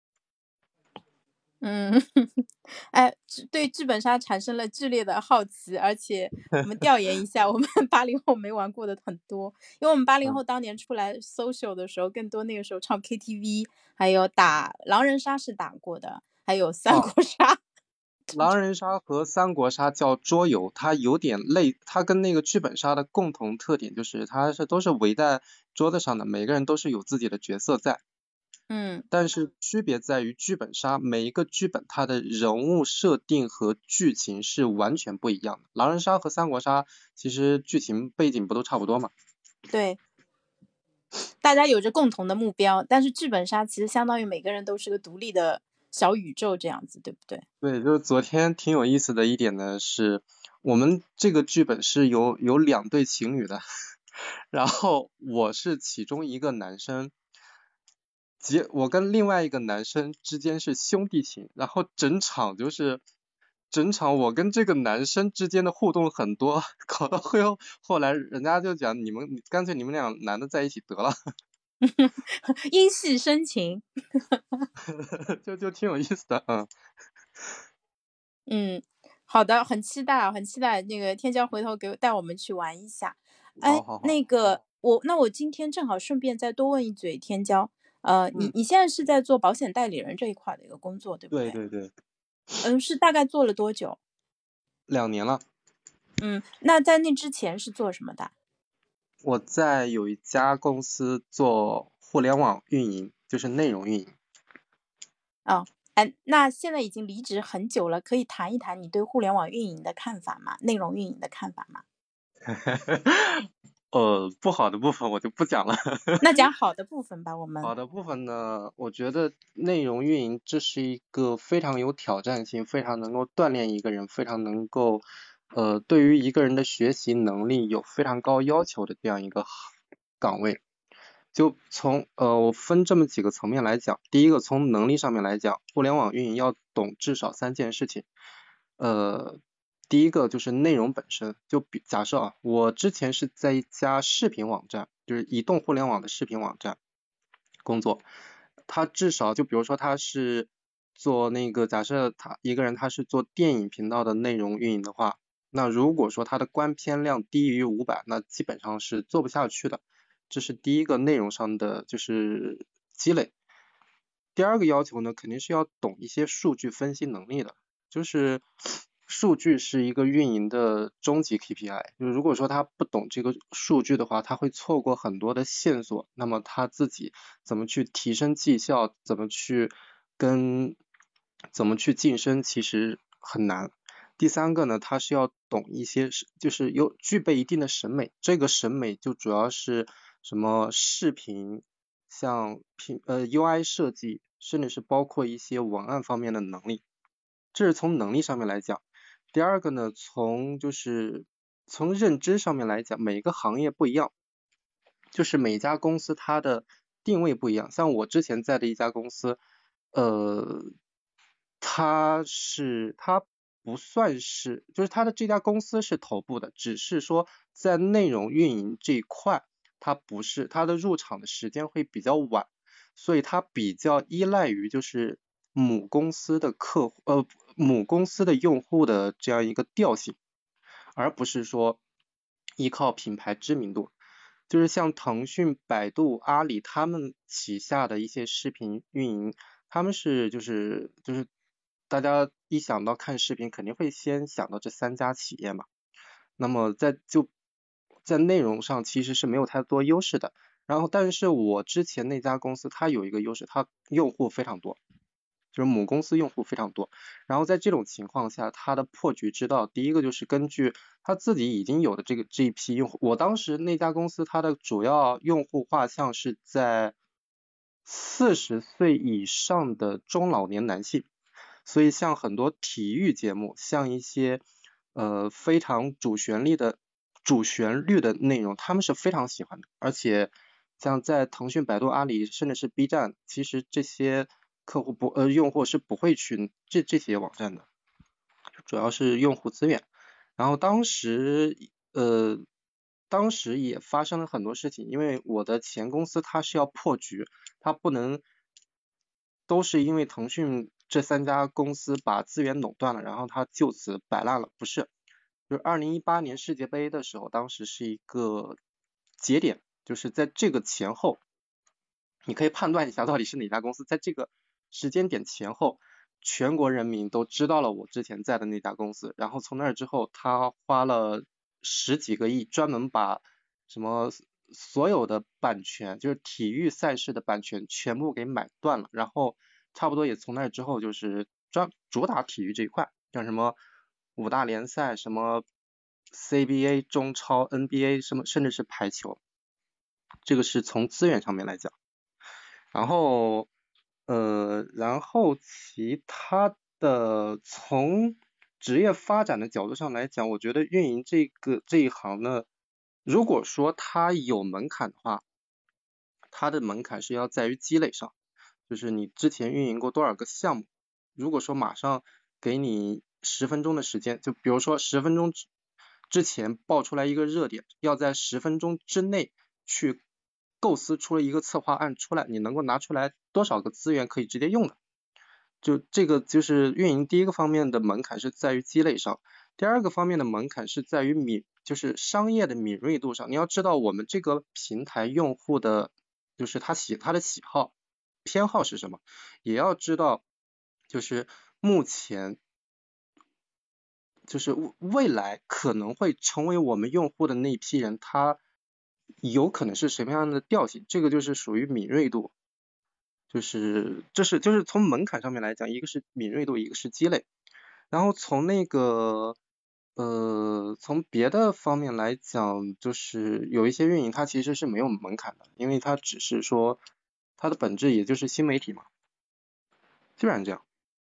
嗯，哎，对剧本杀产生了剧烈的好奇，而且我们调研一下，我们八零后没玩过的很多，因为我们八零嗯， 后当年出来 social 的时候，更多那个时候唱 K T V，还有打狼人杀是打过的，还有三哦， 国杀。 狼人杀和三国杀叫桌游，它有点类，它跟那个剧本杀的共同特点就是它是都是围在桌子上的，每个人都是有自己的角色在。 嗯， 但是区别在于剧本杀每一个剧本它的人物设定和剧情是完全不一样的。狼人杀和三国杀其实剧情背景不都差不多嘛？ 对，大家有着共同的目标，但是剧本杀其实相当于每个人都是个独立的小宇宙这样子，对不对？ 对，就是昨天挺有意思的一点呢，是我们这个剧本是有有两对情侣的，然后我是其中一个男生，结我跟另外一个男生之间是兄弟情，然后整场就是整场我跟这个男生之间的互动很多，搞到后后来人家就讲你们干脆你们俩男的在一起得了， 因戏生情。 就就挺有意思的，嗯。 嗯，好的，很期待啊，很期待那个天骄回头给我带我们去玩一下。哎， 好好好， 那个我那我今天正好顺便再多问一嘴，天骄，呃，你嗯， 你现在是在做保险代理人这一块的一个工作，对不对？ 对对对， 嗯，是大概做了多久？ 两年了。 嗯，那在那之前是做什么的？ 我在有一家公司做互联网运营，就是内容运营。 哦，哎，那现在已经离职很久了，可以谈一谈你对互联网运营的看法吗？内容运营的看法吗？ 呃，不好的部分我就不讲了。 那讲好的部分吧，我们。 好的部分呢，我觉得内容运营这是一个非常有挑战性，非常能够锻炼一个人，非常能够呃对于一个人的学习能力有非常高要求的这样一个岗位。就从呃我分这么几个层面来讲，第一个从能力上面来讲，互联网运营要懂至少三件事情。呃，第一个就是内容本身，就比假设啊，我之前是在一家视频网站，就是移动互联网的视频网站工作，他至少就比如说他是做那个，假设他一个人他是做电影频道的内容运营的话，那如果说他的观片量低于五百，那基本上是做不下去的。这是第一个内容上的就是积累。第二个要求呢，肯定是要懂一些数据分析能力的，就是数据是一个运营的终极 K P I， 就是如果说他不懂这个数据的话，他会错过很多的线索，那么他自己怎么去提升绩效，怎么去跟怎么去晋升，其实很难。第三个呢，他是要懂一些，就是有具备一定的审美，这个审美就主要是什么视频，像平呃 U I 设计，甚至是包括一些文案方面的能力，这是从能力上面来讲。第二个呢，从就是从认知上面来讲，每个行业不一样，就是每家公司它的定位不一样。像我之前在的一家公司，呃，它是它不算是，就是它的这家公司是头部的，只是说在内容运营这一块，它不是，它的入场的时间会比较晚，所以它比较依赖于就是母公司的客户，呃，母公司的用户的这样一个调性，而不是说依靠品牌知名度。就是像腾讯、百度、阿里他们旗下的一些视频运营，他们是就是就是大家一想到看视频，肯定会先想到这三家企业嘛。那么在就在内容上其实是没有太多优势的。然后，但是我之前那家公司它有一个优势，它用户非常多，就是母公司用户非常多。然后在这种情况下，它的破局之道，第一个就是根据它自己已经有的这个这一批用户，我当时那家公司它的主要用户画像是在四十岁以上的中老年男性，所以像很多体育节目，像一些呃非常主旋律的主旋律的内容，他们是非常喜欢的。而且像在腾讯、百度、阿里，甚至是 B 站，其实这些客户不呃用户是不会去这这些网站的，主要是用户资源。然后当时呃当时也发生了很多事情，因为我的前公司它是要破局，它不能都是因为腾讯这三家公司把资源垄断了，然后它就此摆烂了，不是。就是二零一八年世界杯的时候，当时是一个节点，就是在这个前后，你可以判断一下到底是哪家公司在这个时间点前后全国人民都知道了我之前在的那家公司，然后从那儿之后，他花了十几个亿，专门把什么所有的版权，就是体育赛事的版权全部给买断了，然后差不多也从那儿之后就是专主打体育这一块，像什么五大联赛，什么 C B A、中超、N B A， 什么甚至是排球，这个是从资源上面来讲。然后呃，然后其他的从职业发展的角度上来讲，我觉得运营这个这一行呢，如果说它有门槛的话，它的门槛是要在于积累上，就是你之前运营过多少个项目。如果说马上给你十分钟的时间，就比如说十分钟之前爆出来一个热点，要在十分钟之内去构思出了一个策划案出来，你能够拿出来多少个资源可以直接用的。就这个就是运营第一个方面的门槛是在于积累上，第二个方面的门槛是在于敏，就是商业的敏锐度上。你要知道我们这个平台用户的，就是他喜他的喜好偏好是什么，也要知道就是目前就是未来可能会成为我们用户的那一批人，他有可能是什么样的调性，这个就是属于敏锐度。就是这是就是从门槛上面来讲，一个是敏锐度，一个是积累。然后从那个呃从别的方面来讲，就是有一些运营它其实是没有门槛的，因为它只是说它的本质也就是新媒体嘛，基本上这样。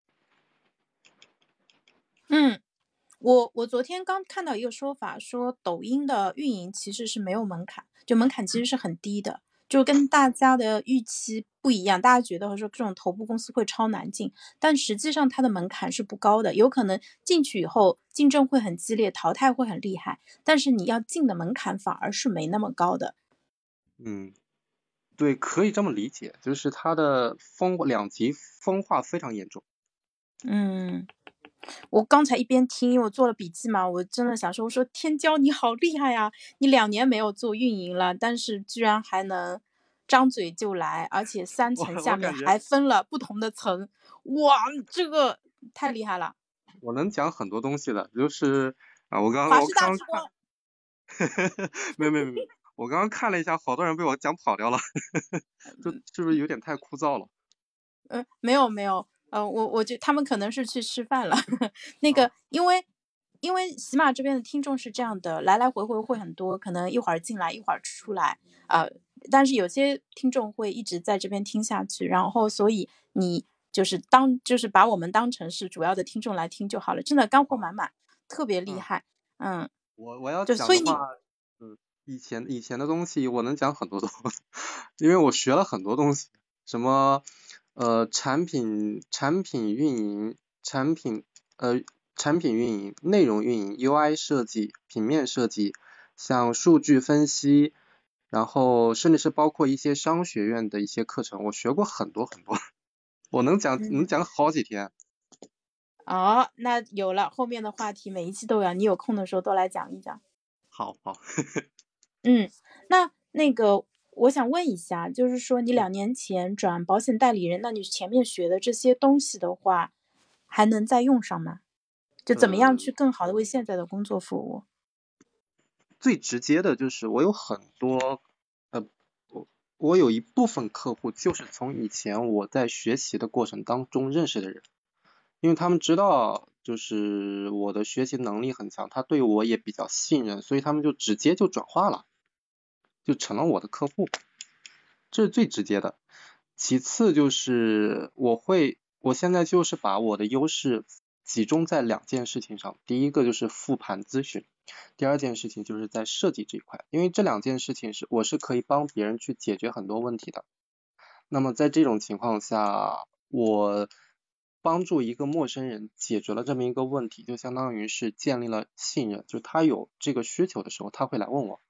嗯，我我昨天刚看到一个说法，说抖音的运营其实是没有门槛，就门槛其实是很低的，就跟大家的预期不一样，大家觉得说这种头部公司会超难进，但实际上它的门槛是不高的，有可能进去以后竞争会很激烈，淘汰会很厉害，但是你要进的门槛反而是没那么高的。 嗯，对，可以这么理解，就是它的分两极分化非常严重。 嗯，我刚才一边听，因为我做了笔记嘛，我真的想说，我说天骄你好厉害呀，你两年没有做运营了，但是居然还能张嘴就来，而且三层我我感觉下面还分了不同的层，哇，这个太厉害了。 我能讲很多东西的，就是啊，我刚华我刚师大之光。 没有没有没有，我刚刚看了一下，好多人被我讲跑掉了，就是不是有点太枯燥了？ 嗯、呃，没有没有，呃，我我觉他们可能是去吃饭了。那个， 啊、 因为因为喜马这边的听众是这样的，来来回回会很多，可能一会儿进来一会儿出来，呃，但是有些听众会一直在这边听下去，然后所以你就是当就是把我们当成是主要的听众来听就好了，真的干货满满，特别厉害。嗯， 我我要就所以你讲的话，嗯，以前以前的东西我能讲很多东西，因为我学了很多东西，什么呃产品产品运营、产品呃产品运营、内容运营、U I 设计、平面设计，像数据分析，然后甚至是包括一些商学院的一些课程，我学过很多很多，我能讲嗯能讲好几天。 哦，那有了后面的话题，每一期都有，你有空的时候都来讲一讲。 好好。 嗯，那那个我想问一下，就是说你两年前转保险代理人，那你前面学的这些东西的话，还能再用上吗？就怎么样去呃， 更好的为现在的工作服务？ 最直接的就是我有很多，呃，我我有一部分客户就是从以前我在学习的过程当中认识的人，因为他们知道就是我的学习能力很强，他对我也比较信任，所以他们就直接就转化了，就成了我的客户，这是最直接的。其次就是我会，我现在就是把我的优势集中在两件事情上，第一个就是复盘咨询，第二件事情就是在设计这一块，因为这两件事情是我是可以帮别人去解决很多问题的。那么在这种情况下，我帮助一个陌生人解决了这么一个问题，就相当于是建立了信任，就他有这个需求的时候，他会来问我。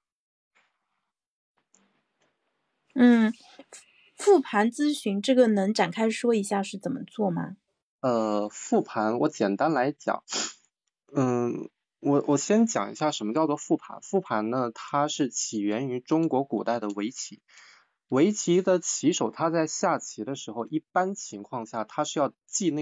嗯，复盘咨询这个能展开说一下是怎么做吗？ 呃，复盘我简单来讲，嗯，我我先讲一下什么叫做复盘。复盘呢，它是起源于中国古代的围棋。围棋的棋手他在下棋的时候，一般情况下他是要记那个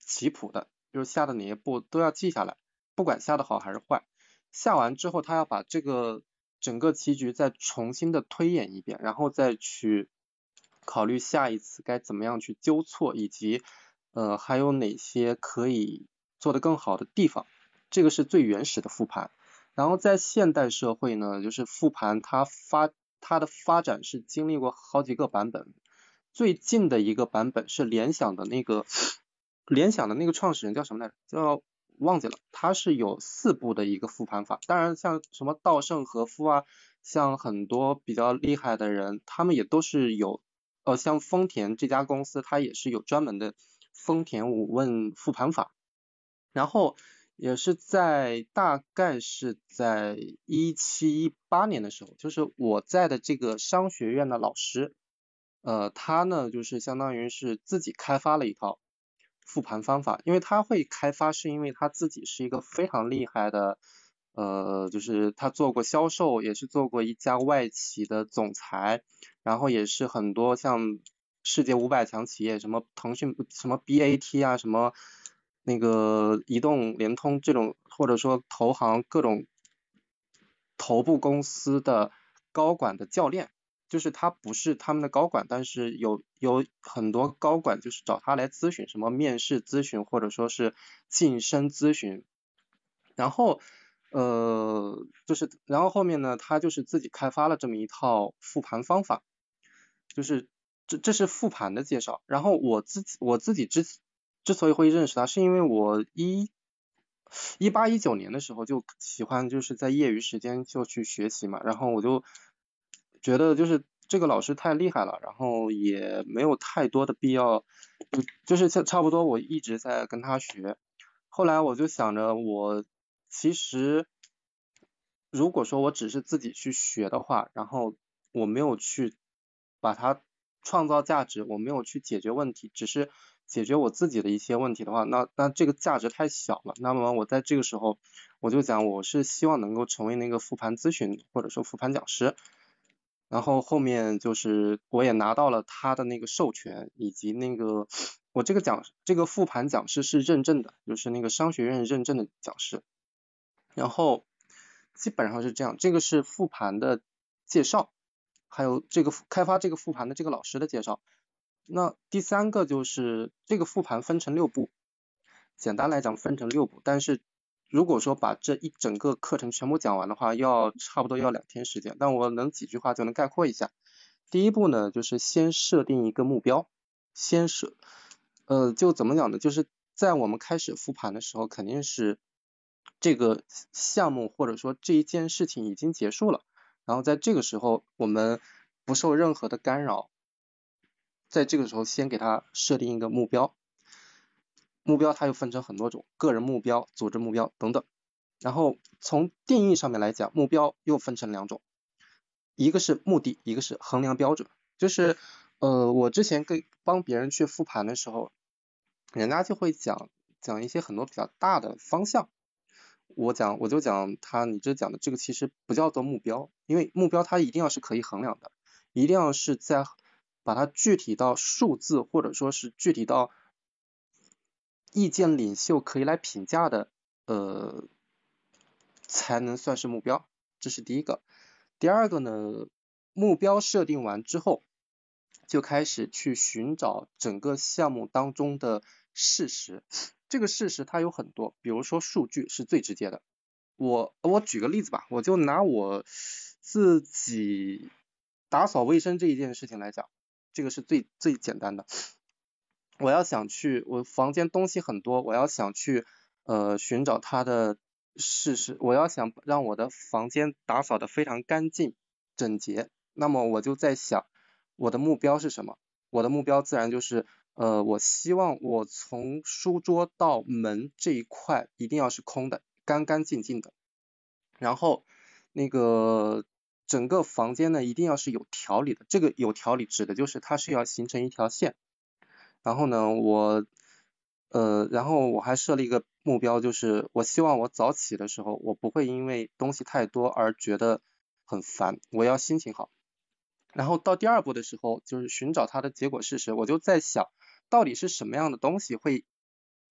棋谱的，就是下的哪一步都要记下来，不管下的好还是坏。下完之后，他要把这个整个棋局再重新的推演一遍，然后再去考虑下一次该怎么样去纠错，以及呃还有哪些可以做得更好的地方。这个是最原始的复盘。然后在现代社会呢，就是复盘它发它的发展是经历过好几个版本。最近的一个版本是联想的那个联想的那个创始人叫什么来着？叫忘记了。他是有四步的一个复盘法。当然像什么稻盛和夫啊，像很多比较厉害的人，他们也都是有呃像丰田这家公司，它也是有专门的丰田五问复盘法。然后也是在大概是在一七一八年的时候，就是我在的这个商学院的老师，呃，他呢就是相当于是自己开发了一套复盘方法。因为他会开发是因为他自己是一个非常厉害的，呃，就是他做过销售，也是做过一家外企的总裁，然后也是很多像世界五百强企业，什么腾讯什么 B A T 啊，什么那个移动、联通这种，或者说投行各种头部公司的高管的教练。就是他不是他们的高管，但是有有很多高管就是找他来咨询，什么面试咨询或者说是晋升咨询。然后呃就是然后后面呢，他就是自己开发了这么一套复盘方法。就是这这是复盘的介绍。然后我自己我自己之之所以会认识他，是因为我一一八一九年的时候就喜欢就是在业余时间就去学习嘛，然后我就觉得就是这个老师太厉害了，然后也没有太多的必要，就就是差差不多我一直在跟他学。后来我就想着，我其实如果说我只是自己去学的话，然后我没有去把它创造价值，我没有去解决问题，只是解决我自己的一些问题的话，那那这个价值太小了。那么我在这个时候我就讲，我是希望能够成为那个复盘咨询或者说复盘讲师。然后后面就是我也拿到了他的那个授权，以及那个我这个讲这个复盘讲师是认证的，就是那个商学院认证的讲师。然后基本上是这样，这个是复盘的介绍，还有这个开发这个复盘的这个老师的介绍。那第三个就是这个复盘分成六步，简单来讲分成六步，但是如果说把这一整个课程全部讲完的话，要差不多要两天时间，但我能几句话就能概括一下。第一步呢，就是先设定一个目标，先设，呃，就怎么讲呢？就是在我们开始复盘的时候，肯定是这个项目或者说这一件事情已经结束了，然后在这个时候我们不受任何的干扰，在这个时候先给它设定一个目标。目标它又分成很多种，个人目标、组织目标等等。然后从定义上面来讲，目标又分成两种，一个是目的，一个是衡量标准。就是呃，我之前跟帮别人去复盘的时候，人家就会讲讲一些很多比较大的方向。我讲我就讲他，你这讲的这个其实不叫做目标，因为目标它一定要是可以衡量的，一定要是在把它具体到数字，或者说是具体到意见领袖可以来评价的，呃，才能算是目标。这是第一个。第二个呢，目标设定完之后，就开始去寻找整个项目当中的事实。这个事实它有很多，比如说数据是最直接的。我我举个例子吧，我就拿我自己打扫卫生这一件事情来讲，这个是最最简单的。我要想去，我房间东西很多，我要想去呃寻找它的事实，我要想让我的房间打扫的非常干净整洁，那么我就在想我的目标是什么？我的目标自然就是呃我希望我从书桌到门这一块一定要是空的，干干净净的。然后那个整个房间呢一定要是有条理的，这个有条理指的就是它是要形成一条线。然后呢，我呃，然后我还设了一个目标，就是我希望我早起的时候，我不会因为东西太多而觉得很烦，我要心情好。然后到第二步的时候，就是寻找它的结果事实，我就在想，到底是什么样的东西会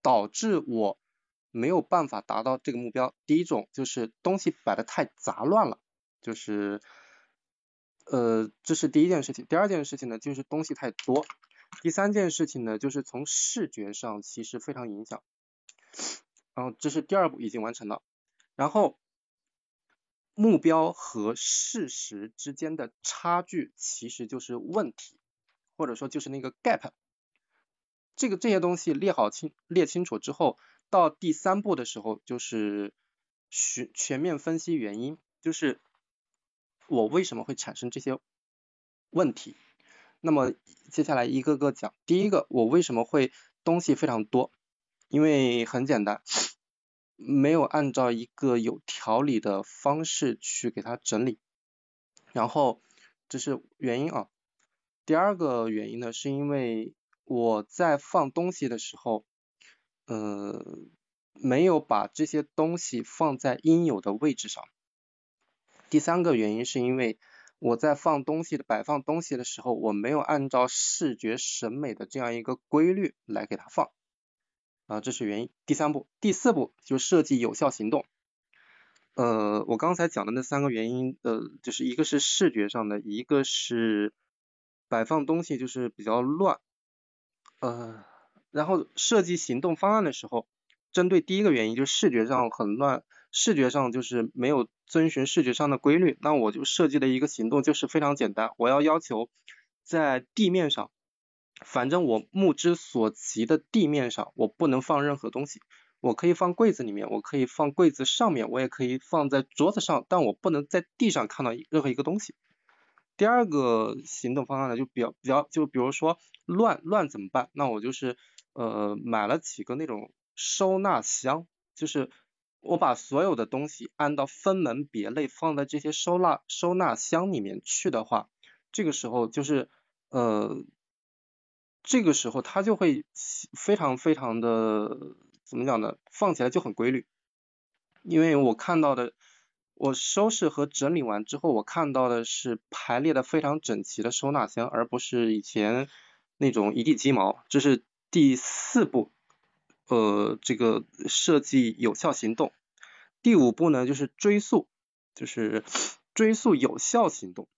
导致我没有办法达到这个目标。第一种就是东西摆的太杂乱了，就是呃这是第一件事情。第二件事情呢，就是东西太多。第三件事情呢，就是从视觉上其实非常影响。然后这是第二步已经完成了。然后目标和事实之间的差距其实就是问题，或者说就是那个 gap。这个这些东西列好清列清楚之后，到第三步的时候就是全全面分析原因，就是我为什么会产生这些问题。那么接下来一个个讲。第一个，我为什么会东西非常多？因为很简单，没有按照一个有条理的方式去给它整理。然后这是原因啊。第二个原因呢，是因为我在放东西的时候，呃，没有把这些东西放在应有的位置上。第三个原因是因为我在放东西的摆放东西的时候，我没有按照视觉审美的这样一个规律来给它放啊，这是原因。第三步，第四步就设计有效行动。呃，我刚才讲的那三个原因，呃，就是一个是视觉上的，一个是摆放东西就是比较乱，呃，然后设计行动方案的时候，针对第一个原因，就是视觉上很乱，视觉上就是没有遵循视觉上的规律，那我就设计的一个行动就是非常简单，我要要求在地面上，反正我目之所及的地面上，我不能放任何东西。我可以放柜子里面，我可以放柜子上面，我也可以放在桌子上，但我不能在地上看到任何一个东西。第二个行动方案呢，就比较比较就比如说乱乱怎么办？那我就是呃买了几个那种收纳箱，就是我把所有的东西按照分门别类放在这些收纳收纳箱里面去的话，这个时候就是呃这个时候它就会非常非常的怎么讲呢？放起来就很规律。因为我看到的，我收拾和整理完之后，我看到的是排列的非常整齐的收纳箱，而不是以前那种一地鸡毛。这是第四步，呃，这个设计有效行动。第五步呢，就是追溯，就是追溯有效行动。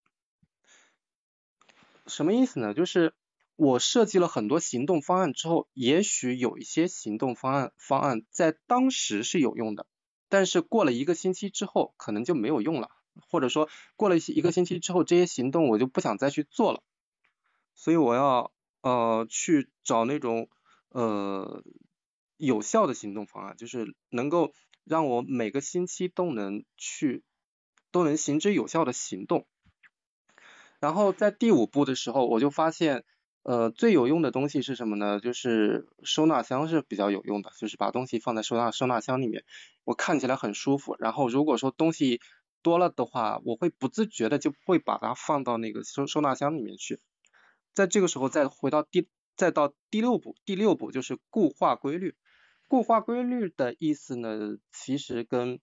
什么意思呢？就是我设计了很多行动方案之后，也许有一些行动方案方案在当时是有用的，但是过了一个星期之后可能就没有用了，或者说过了一个星期之后这些行动我就不想再去做了，所以我要呃去找那种呃有效的行动方案，就是能够让我每个星期都能去都能行之有效的行动。然后在第五步的时候，我就发现，呃，最有用的东西是什么呢？就是收纳箱是比较有用的，就是把东西放在收纳收纳箱里面，我看起来很舒服。然后如果说东西多了的话，我会不自觉的就会把它放到那个收收纳箱里面去。在这个时候再回到第再到第六步，第六步就是固化规律。固化规律的意思呢，其实跟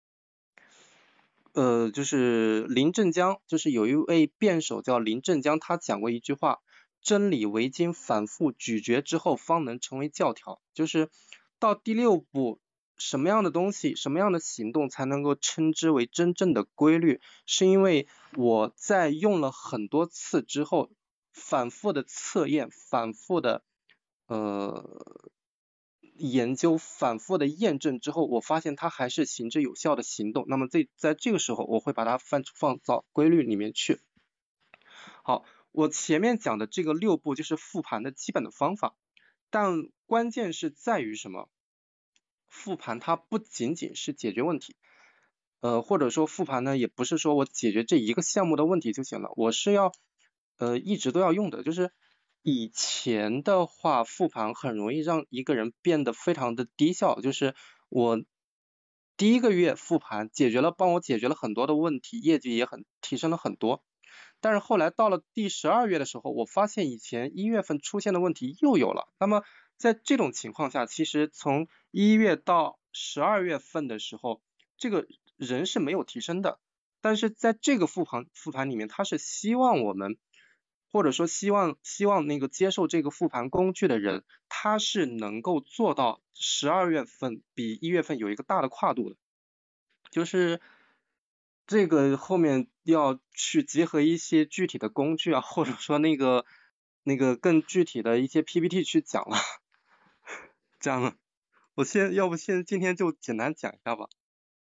呃，就是林正江，就是有一位辩手叫林正江，他讲过一句话：真理为经反复咀嚼之后，方能成为教条。就是到第六步，什么样的东西，什么样的行动才能够称之为真正的规律？是因为我在用了很多次之后，反复的测验，反复的呃。研究反复的验证之后，我发现它还是行之有效的行动，那么在在这个时候我会把它放放到规律里面去。好，我前面讲的这个六步就是复盘的基本的方法，但关键是在于什么？复盘它不仅仅是解决问题，呃或者说复盘呢也不是说我解决这一个项目的问题就行了，我是要呃一直都要用的。就是以前的话复盘很容易让一个人变得非常的低效，就是我第一个月复盘解决了帮我解决了很多的问题，业绩也很提升了很多，但是后来到了第十二月的时候，我发现以前一月份出现的问题又有了。那么在这种情况下，其实从一月到十二月份的时候，这个人是没有提升的，但是在这个复盘复盘里面，他是希望我们或者说希望希望那个接受这个复盘工具的人，他是能够做到十二月份比一月份有一个大的跨度的，就是这个后面要去结合一些具体的工具啊，或者说那个那个更具体的一些 P P T 去讲了，这样了，我先要不先今天就简单讲一下吧。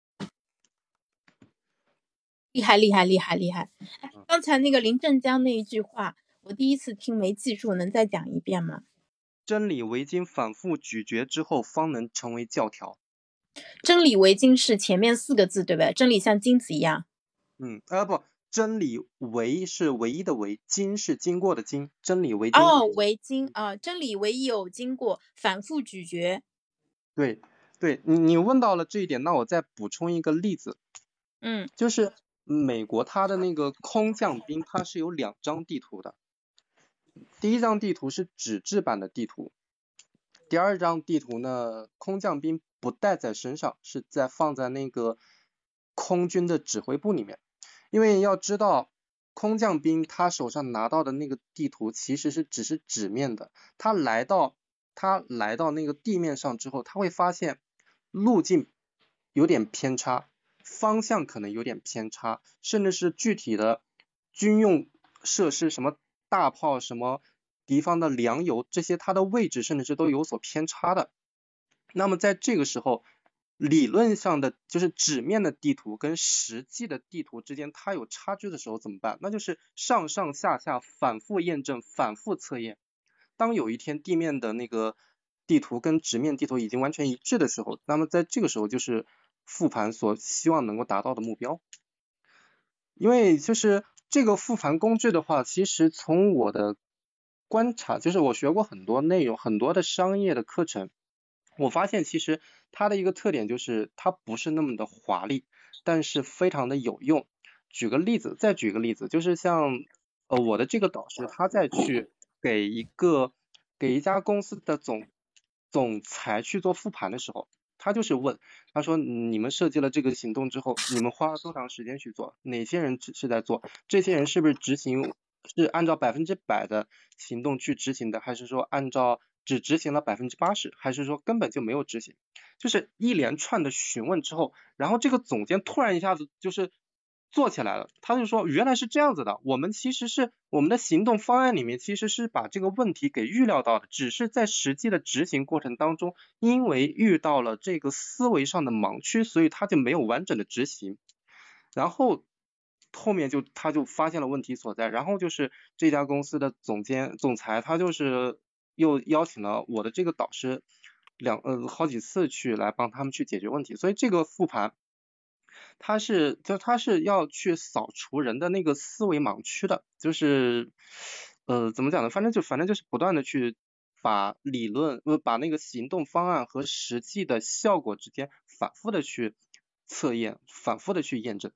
厉害厉害厉害厉害！刚才那个林正江那一句话，我第一次听没记住，能再讲一遍吗？ 真理为经反复咀嚼之后，方能成为教条。 真理为经是前面四个字，对不对？真理像金子一样。 嗯，啊不，真理为是唯一的唯，经是经过的经，真理为经。 哦，为经啊，真理唯一有经过，反复咀嚼。 对对，你你问到了这一点，那我再补充一个例子。 嗯， 就是美国它的那个空降兵，它是有两张地图的。第一张地图是纸质版的地图，第二张地图呢，空降兵不带在身上，是在放在那个空军的指挥部里面。因为要知道，空降兵他手上拿到的那个地图其实是只是纸面的，他来到他来到那个地面上之后，他会发现路径有点偏差，方向可能有点偏差，甚至是具体的军用设施，什么大炮，什么敌方的粮油，这些它的位置甚至是都有所偏差的。那么在这个时候，理论上的就是纸面的地图跟实际的地图之间它有差距的时候怎么办？那就是上上下下反复验证，反复测验。当有一天地面的那个地图跟纸面地图已经完全一致的时候，那么在这个时候就是复盘所希望能够达到的目标。因为就是这个复盘工具的话，其实从我的观察，就是我学过很多内容，很多的商业的课程，我发现其实它的一个特点就是它不是那么的华丽，但是非常的有用。举个例子，再举个例子，就是像呃我的这个导师，他再去给一个给一家公司的总总裁去做复盘的时候，他就是问，他说你们设计了这个行动之后，你们花了多长时间去做？哪些人是在做？这些人是不是执行是按照百分之百的行动去执行的，还是说按照只执行了百分之八十，还是说根本就没有执行？就是一连串的询问之后，然后这个总监突然一下子就是做起来了，他就说原来是这样子的，我们其实是我们的行动方案里面其实是把这个问题给预料到的，只是在实际的执行过程当中，因为遇到了这个思维上的盲区，所以他就没有完整的执行。然后后面就他就发现了问题所在，然后就是这家公司的总监总裁他就是又邀请了我的这个导师两呃好几次去来帮他们去解决问题，所以这个复盘它是就它是要去扫除人的那个思维盲区的，就是呃怎么讲呢，反正就反正就是不断的去把理论呃把那个行动方案和实际的效果之间反复的去测验，反复的去验证，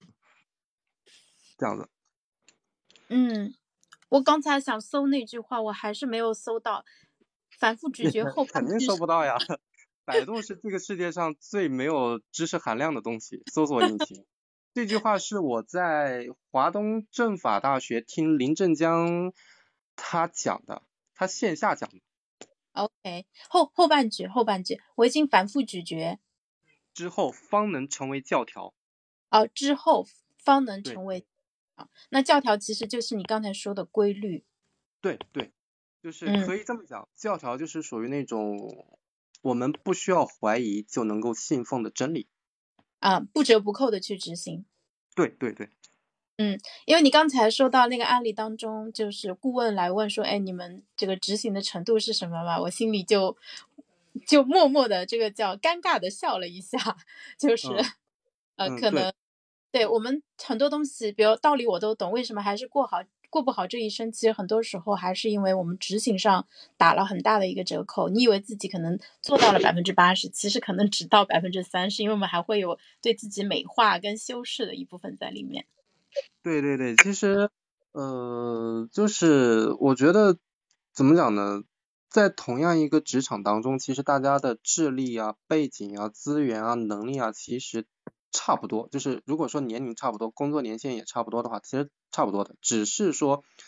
这样子。 嗯，我刚才想搜那句话，我还是没有搜到。反复咀嚼后肯定搜不到呀。百度是这个世界上最没有知识含量的东西，搜索引擎。这句话是我在华东政法大学听林正江他讲的，他线下讲的。 OK， 后后半句后半句，我已经反复咀嚼之后方能成为教条。 哦，之后方能成为啊。那教条其实就是你刚才说的规律。 对对，就是可以这么讲，嗯、教条就是属于那种我们不需要怀疑就能够信奉的真理啊，不折不扣的去执行。 对对对。 嗯，因为你刚才说到那个案例当中，就是顾问来问说，哎，你们这个执行的程度是什么嘛？我心里就就默默的这个叫尴尬的笑了一下，就是、嗯、呃， 嗯、 可能 对, 对我们很多东西，比如道理我都懂，为什么还是过好过不好这一生？其实很多时候还是因为我们执行上打了很大的一个折扣。你以为自己可能做到了百分之八十，其实可能只到百分之三十，因为我们还会有对自己美化跟修饰的一部分在里面。 对对对，其实呃，就是我觉得怎么讲呢，在同样一个职场当中，其实大家的智力啊、背景啊、资源啊、能力啊，其实差不多。就是如果说年龄差不多，工作年限也差不多的话，其实差不多的，只是说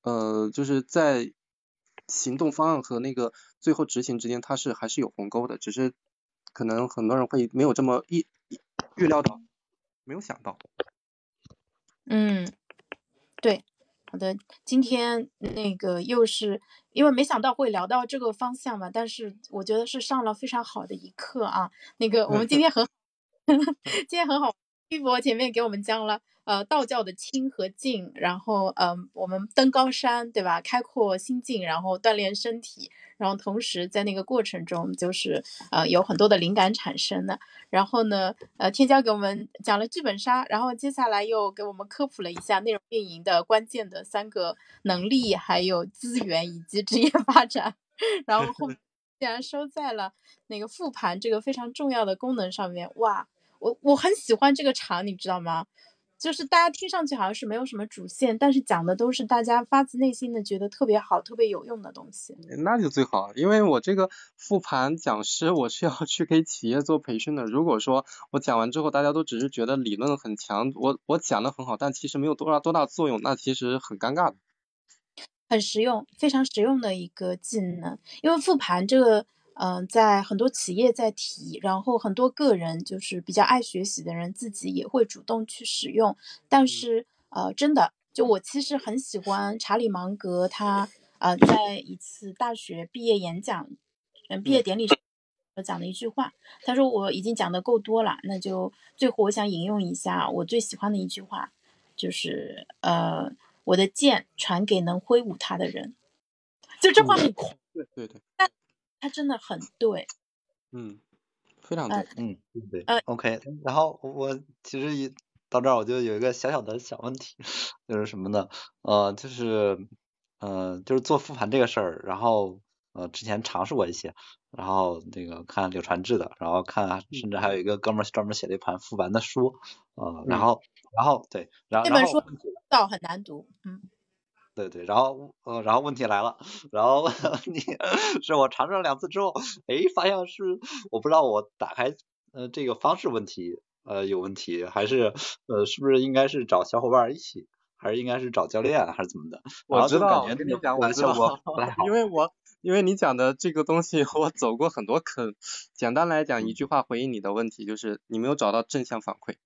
呃，就是在行动方案和那个最后执行之间，它是还是有鸿沟的，只是可能很多人会没有这么预预料到，没有想到。 嗯，对，好的，今天那个又是因为没想到会聊到这个方向嘛，但是我觉得是上了非常好的一课啊。那个我们今天很今天很好，玉博前面给我们讲了呃道教的清和静，然后嗯、呃、我们登高山对吧，开阔心境，然后锻炼身体，然后同时在那个过程中就是呃有很多的灵感产生的。然后呢，呃，天骄给我们讲了剧本杀，然后接下来又给我们科普了一下内容运营的关键的三个能力，还有资源以及职业发展。然后后面竟然收在了那个复盘这个非常重要的功能上面。哇，我我很喜欢这个场，你知道吗？就是大家听上去好像是没有什么主线，但是讲的都是大家发自内心的觉得特别好、特别有用的东西。 那就最好，因为我这个复盘讲师我是要去给企业做培训的。如果说我讲完之后大家都只是觉得理论很强，我我讲的很好，但其实没有多大多大作用，那其实很尴尬的。 很实用，非常实用的一个技能。因为复盘这个，嗯、呃，在很多企业在提，然后很多个人就是比较爱学习的人自己也会主动去使用。但是，呃，真的，就我其实很喜欢查理芒格他，呃，在一次大学毕业演讲，嗯，毕业典礼上讲的一句话，他说我已经讲的够多了，那就最后我想引用一下我最喜欢的一句话，就是呃。我的剑传给能挥舞它的人，就这话很狂， 对对对， 但它真的很对。 嗯，非常呃对。 嗯，对呃， ，OK。然后我其实一到这儿我就有一个小小的小问题，就是什么呢？呃，就是呃，就是做复盘这个事儿，然后呃之前尝试过一些，然后那个看柳传志的，然后看甚至还有一个哥们儿专门写了一盘复盘的书，呃，然后然后对，然后然后那本书到很难读，嗯。 对对，然后呃，然后问题来了，然后你是我尝试了两次之后，哎，发现是我不知道我打开呃这个方式问题呃有问题，还是呃是不是应该是找小伙伴一起，还是应该是找教练，还是怎么的？然后就感我知道，我觉这个复跟你讲，我知道， 盘效果不太好。 因为我因为你讲的这个东西，我走过很多坑。简单来讲，一嗯句话回应你的问题，就是你没有找到正向反馈。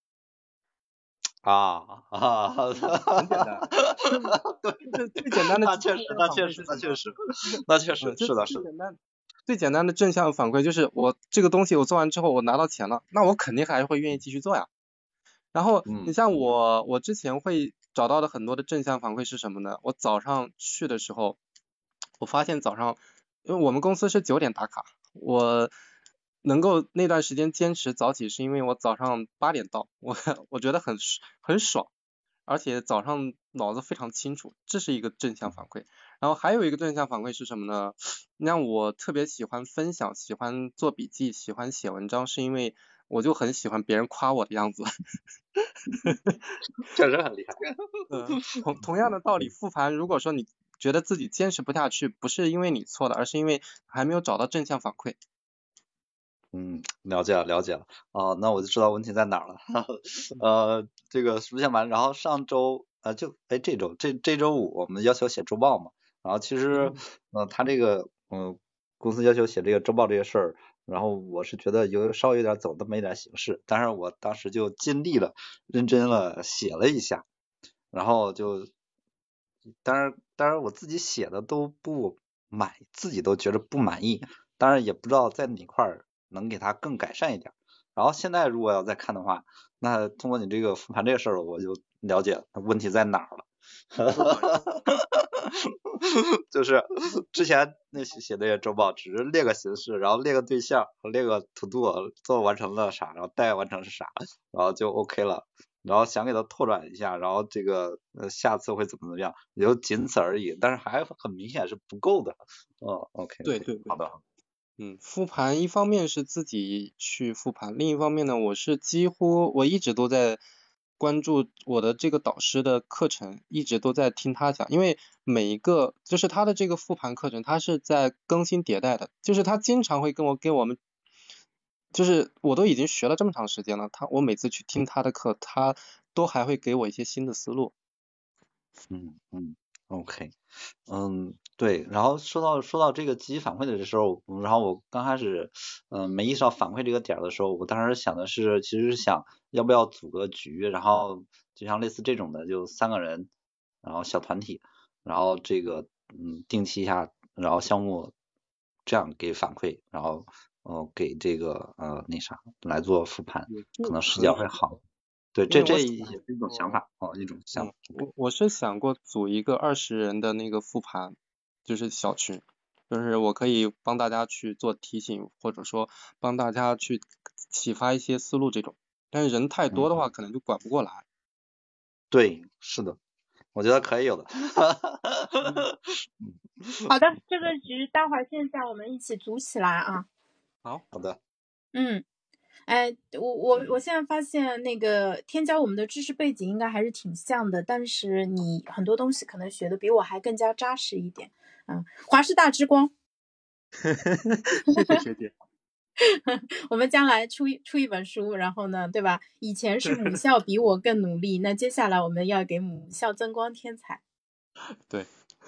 啊啊， 很简单，就是就是最简单的那确实， 正向反那确实， 馈是什么？ 那确实， 就是那确实呃，就是是的，是的。 最简单最简单的正向反馈就是我这个东西我做完之后我拿到钱了，那我肯定还会愿意继续做呀。然后你嗯像我，我之前会找到的很多的正向反馈是什么呢？我早上去的时候，我发现早上，因为我们公司是九点打卡，我能够那段时间坚持早起，是因为我早上八点到，我我觉得很很爽，而且早上脑子非常清楚，这是一个正向反馈。然后还有一个正向反馈是什么呢？你像我特别喜欢分享，喜欢做笔记，喜欢写文章，是因为我就很喜欢别人夸我的样子。 确实很厉害。 嗯，同同样的道理，复盘，如果说你觉得自己坚持不下去，不是因为你错的，而是因为还没有找到正向反馈。 嗯，了解了，了解了。哦，那我就知道问题在哪儿了。呃，这个实现完，然后上周呃就哎这周这这周五我们要求写周报嘛，然后其实呃他这个嗯、呃、公司要求写这个周报这些事儿，然后我是觉得有稍微有点走那么一点形式，但是我当时就尽力了，认真了写了一下，然后就当然当然我自己写的都不满，自己都觉得不满意，当然也不知道在哪块儿能给它更改善一点。然后现在如果要再看的话，那通过你这个复盘这个事儿，我就了解问题在哪儿了。就是之前那写写那些周报，只是列个形式，然后列个对象，列个 to do，做完成了啥，然后待完成是啥，然后就 OK 了。然后想给它拓展一下，然后这个呃下次会怎么怎么样，也就仅此而已。但是还很明显是不够的。哦 ，OK， 对对对， 好的。 嗯，复盘一方面是自己去复盘，另一方面呢，我是几乎我一直都在关注我的这个导师的课程，一直都在听他讲，因为每一个就是他的这个复盘课程，他是在更新迭代的，就是他经常会跟我给我们，就是我都已经学了这么长时间了，他我每次去听他的课，他都还会给我一些新的思路。 嗯嗯 OK，嗯，对，然后说到说到这个积极反馈的时候，然后我刚开始，嗯、没意识到反馈这个点儿的时候，我当时想的是，其实是想要不要组个局，然后就像类似这种的，就三个人，然后小团体，然后这个嗯定期一下，然后项目这样给反馈，然后呃给这个呃那啥来做复盘， 也可能视是可以， 角会好。对，这这因为我想也是一种想过， 法哦，一种想嗯， 法。 我我是想过组一个二十人的那个复盘，就是小群，就是我可以帮大家去做提醒，或者说帮大家去启发一些思路这种。但是人太多嗯， 的话，可能就管不过来。 对，是的，我觉得可以有的。 嗯， 好的，这个局待会儿线下我们一起组起来啊。 好， 好的。 嗯，哎，我我我现在发现那个添加我们的知识背景应该还是挺像的，但是你很多东西可能学的比我还更加扎实一点。嗯，华师大之光， 谢谢学姐。 我们将来出一出一本书，然后呢，对吧？以前是母校比我更努力，那接下来我们要给母校增光添彩。 对，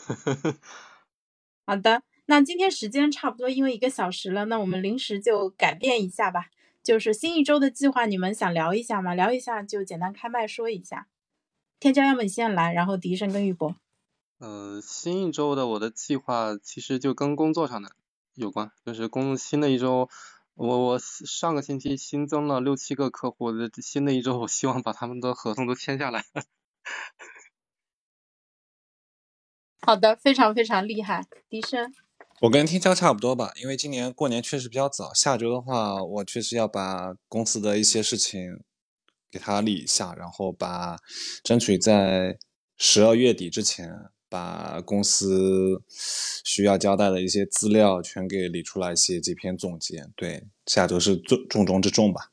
好的，那今天时间差不多，因为一个小时了，那我们临时就改变一下吧。就是新一周的计划，你们想聊一下吗？聊一下就简单开麦说一下。天骄，要么你先来，然后笛声跟玉博。 呃，新一周的我的计划其实就跟工作上的有关，就是工新的一周，我我上个星期新增了六七个客户，的新的一周我希望把他们的合同都签下来。 好的，非常非常厉害，笛声。 我跟天骄差不多吧，因为今年过年确实比较早。下周的话，我确实要把公司的一些事情给它理一下，然后把争取在十二月底之前把公司需要交代的一些资料全给理出来，写几篇总结。对，下周是重重中之重吧。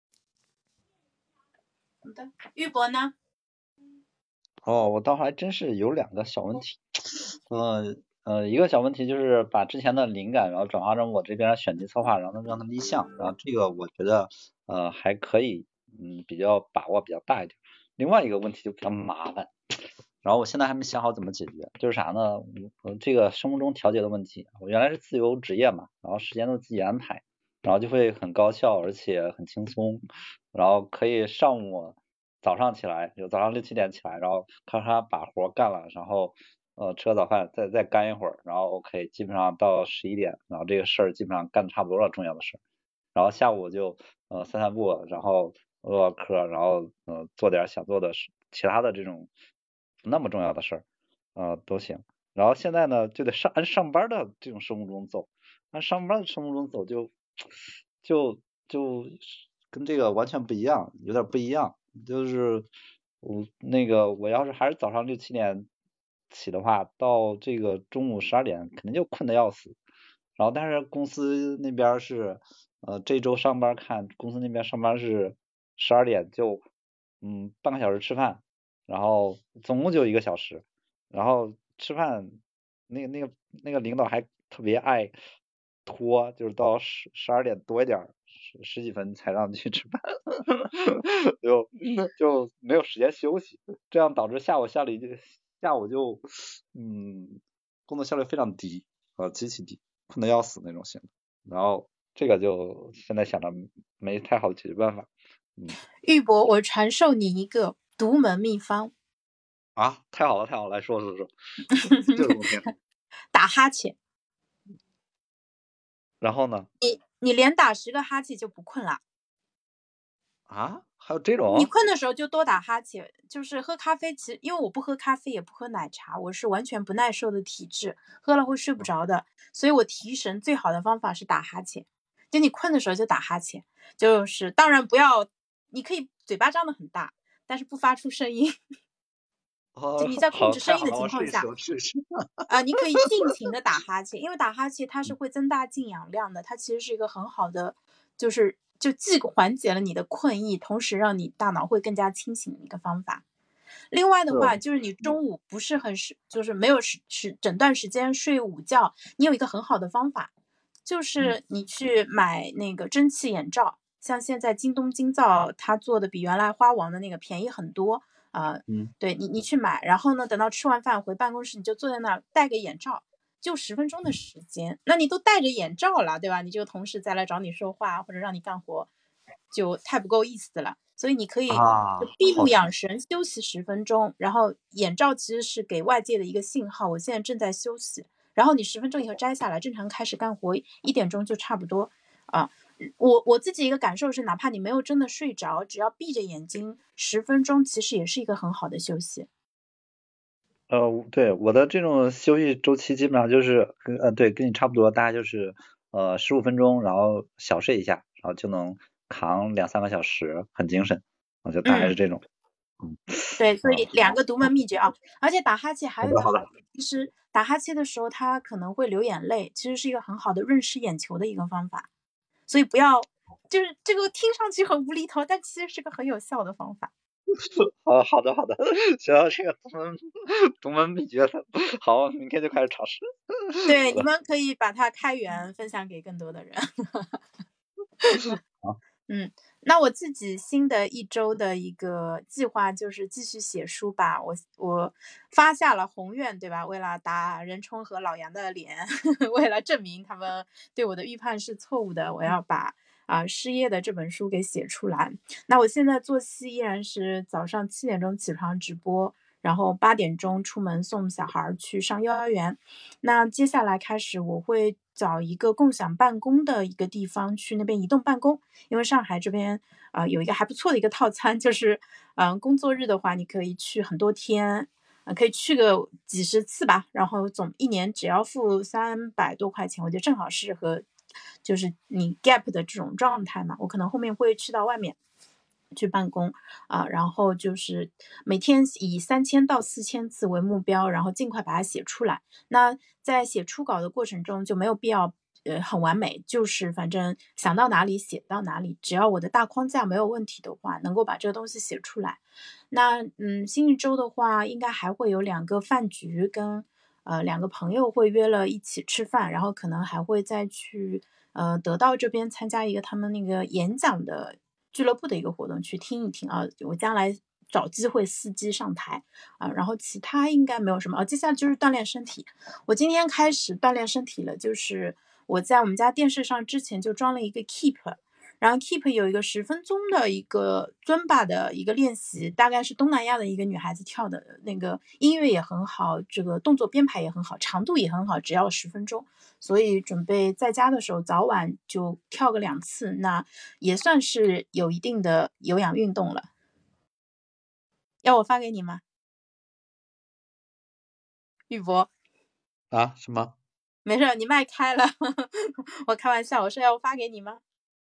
好的，玉博呢？ 哦，我倒还真是有两个小问题。呃呃，一个小问题就是把之前的灵感，然后转化成我这边选题策划，然后让它立项，然后这个我觉得呃还可以，嗯，比较把握比较大一点。另外一个问题就比较麻烦，然后我现在还没想好怎么解决，就是啥呢？我这个生物钟调节的问题，我原来是自由职业嘛，然后时间都自己安排，然后就会很高效，而且很轻松，然后可以上午早上起来，就早上六七点起来，然后咔咔把活干了，然后呃吃个早饭，再再干一会儿，然后 OK，基本上到十一点，然后这个事儿基本上干的差不多了，重要的事儿，然后下午就呃散散步，然后唠唠嗑，然后呃做点想做的事，其他的这种不那么重要的事儿，呃都行。然后现在呢就得上按上班的这种生物钟走，按上班的生物钟走就就就跟这个完全不一样，有点不一样。就是我那个我要是还是早上六七点起的话，到这个中午十二点肯定就困得要死。然后但是公司那边是呃这周上班看公司那边上班是十二点就嗯半个小时吃饭，然后总共就一个小时，然后吃饭那个那个那个领导还特别爱拖，就是到十十二点多一点十十几分才让你去吃饭，就就没有时间休息，这样导致下午效率就下午就嗯工作效率非常低，呃极其低，困得要死那种型。然后这个就现在想着没太好的解决办法。嗯玉博，我传授你一个独门秘方。 啊，太好了太好了，来说说说，这个我天。 打哈欠。 然后呢？ 你你连打十个哈欠就不困了。 啊，还有这种？ 你困的时候就多打哈欠，就是喝咖啡，其实因为我不喝咖啡也不喝奶茶，我是完全不耐受的体质，喝了会睡不着的，所以我提神最好的方法是打哈欠。就你困的时候就打哈欠，就是当然不要，你可以嘴巴张得很大，但是不发出声音。就你在控制声音的情况下，啊、呃，你可以尽情的打哈欠，因为打哈欠它是会增大进氧量的，它其实是一个很好的，就是就既缓解了你的困意，同时让你大脑会更加清醒的一个方法。另外的话，就是你中午不是很是就是没有时时整段时间睡午觉，你有一个很好的方法，就是你去买那个蒸汽眼罩，像现在京东京造它做的比原来花王的那个便宜很多。 啊、呃， 嗯， 对你你去买，然后呢，等到吃完饭回办公室，你就坐在那儿戴个眼罩，就十分钟的时间，那你都戴着眼罩了，对吧？你这个同事再来找你说话或者让你干活，就太不够意思了。所以你可以就闭目养神休息十分钟，然后眼罩其实是给外界的一个信号，我现在正在休息。然后你十分钟以后摘下来，正常开始干活，一点钟就差不多啊。我我自己一个感受是，哪怕你没有真的睡着，只要闭着眼睛十分钟，其实也是一个很好的休息。 呃，对，我的这种休息周期基本上就是跟呃对跟你差不多，大概就是呃十五分钟，然后小睡一下，然后就能扛两三个小时，很精神。我觉得大概是这种。 嗯，对，所以两个独门秘诀啊，而且打哈欠还有一个好，其实打哈欠的时候它可能会流眼泪，其实是一个很好的润湿眼球的一个方法，所以不要就是这个听上去很无厘头，但其实是个很有效的方法。 好好的好的，学到这个独门独门秘诀了，好，明天就开始尝试。 对，你们可以把它开源分享给更多的人。嗯，那我自己新的一周的一个计划就是继续写书吧。我我发下了宏愿，对吧？为了打任冲和老杨的脸，为了证明他们对我的预判是错误的，我要把啊、呃、失业的这本书给写出来。那我现在作息依然是早上七点钟起床直播，然后八点钟出门送小孩去上幼儿园。那接下来开始我会找一个共享办公的一个地方去那边移动办公，因为上海这边呃有一个还不错的一个套餐，就是嗯、呃、工作日的话你可以去很多天，呃可以去个几十次吧，然后总一年只要付三百多块钱，我觉得正好适合就是你 gap 的这种状态嘛。我可能后面会去到外面去办公啊、呃，然后就是每天以三千到四千字为目标，然后尽快把它写出来。那在写初稿的过程中就没有必要呃很完美，就是反正想到哪里写到哪里，只要我的大框架没有问题的话，能够把这个东西写出来。那嗯，新一周的话，应该还会有两个饭局跟呃两个朋友会约了一起吃饭，然后可能还会再去呃得到这边参加一个他们那个演讲的俱乐部的一个活动，去听一听啊。我将来找机会伺机上台啊，然后其他应该没有什么啊。接下来就是锻炼身体，我今天开始锻炼身体了，就是我在我们家电视上之前就装了一个 Keep， 然后 Keep 有一个十分钟的一个尊巴的一个练习，大概是东南亚的一个女孩子跳的，那个音乐也很好，这个动作编排也很好，长度也很好，只要十分钟，所以准备在家的时候早晚就跳个两次，那也算是有一定的有氧运动了。要我发给你吗？玉博啊？什么？ 没事，你麦开了，我开玩笑，我说要我发给你吗？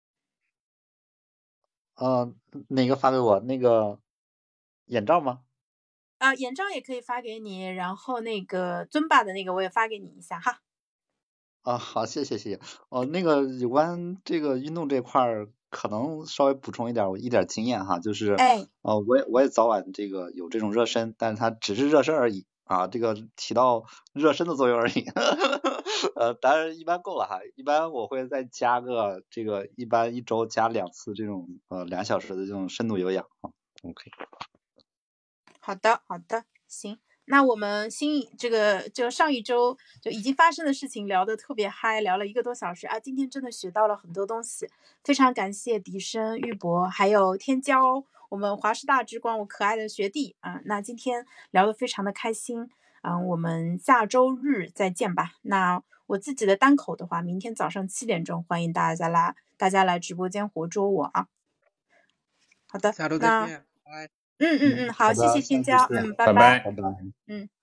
呃，哪个发给我？那个眼罩吗？ 啊、呃，眼罩也可以发给你，然后那个尊巴的那个我也发给你一下哈。 啊，好，谢谢谢谢。哦，那个有关这个运动这块儿，可能稍微补充一点我一点经验哈，就是， 哎， 呃，我也我也早晚这个有这种热身，但是它只是热身而已啊，这个起到热身的作用而已。呃，当然一般够了哈，一般我会再加个这个，一般一周加两次这种呃两小时的这种深度有氧啊。OK。 好的好的，行。那我们新这个就上一周就已经发生的事情聊得特别嗨，聊了一个多小时啊！今天真的学到了很多东西，非常感谢笛声、玉博还有天骄，我们华师大之光，我可爱的学弟啊！那今天聊得非常的开心，嗯，我们下周日再见吧。那我自己的单口的话，明天早上七点钟，欢迎大家来，大家来直播间活捉我啊！好的， 下周再见，拜拜。 嗯嗯嗯，好，谢谢天骄，嗯，拜拜拜。 嗯。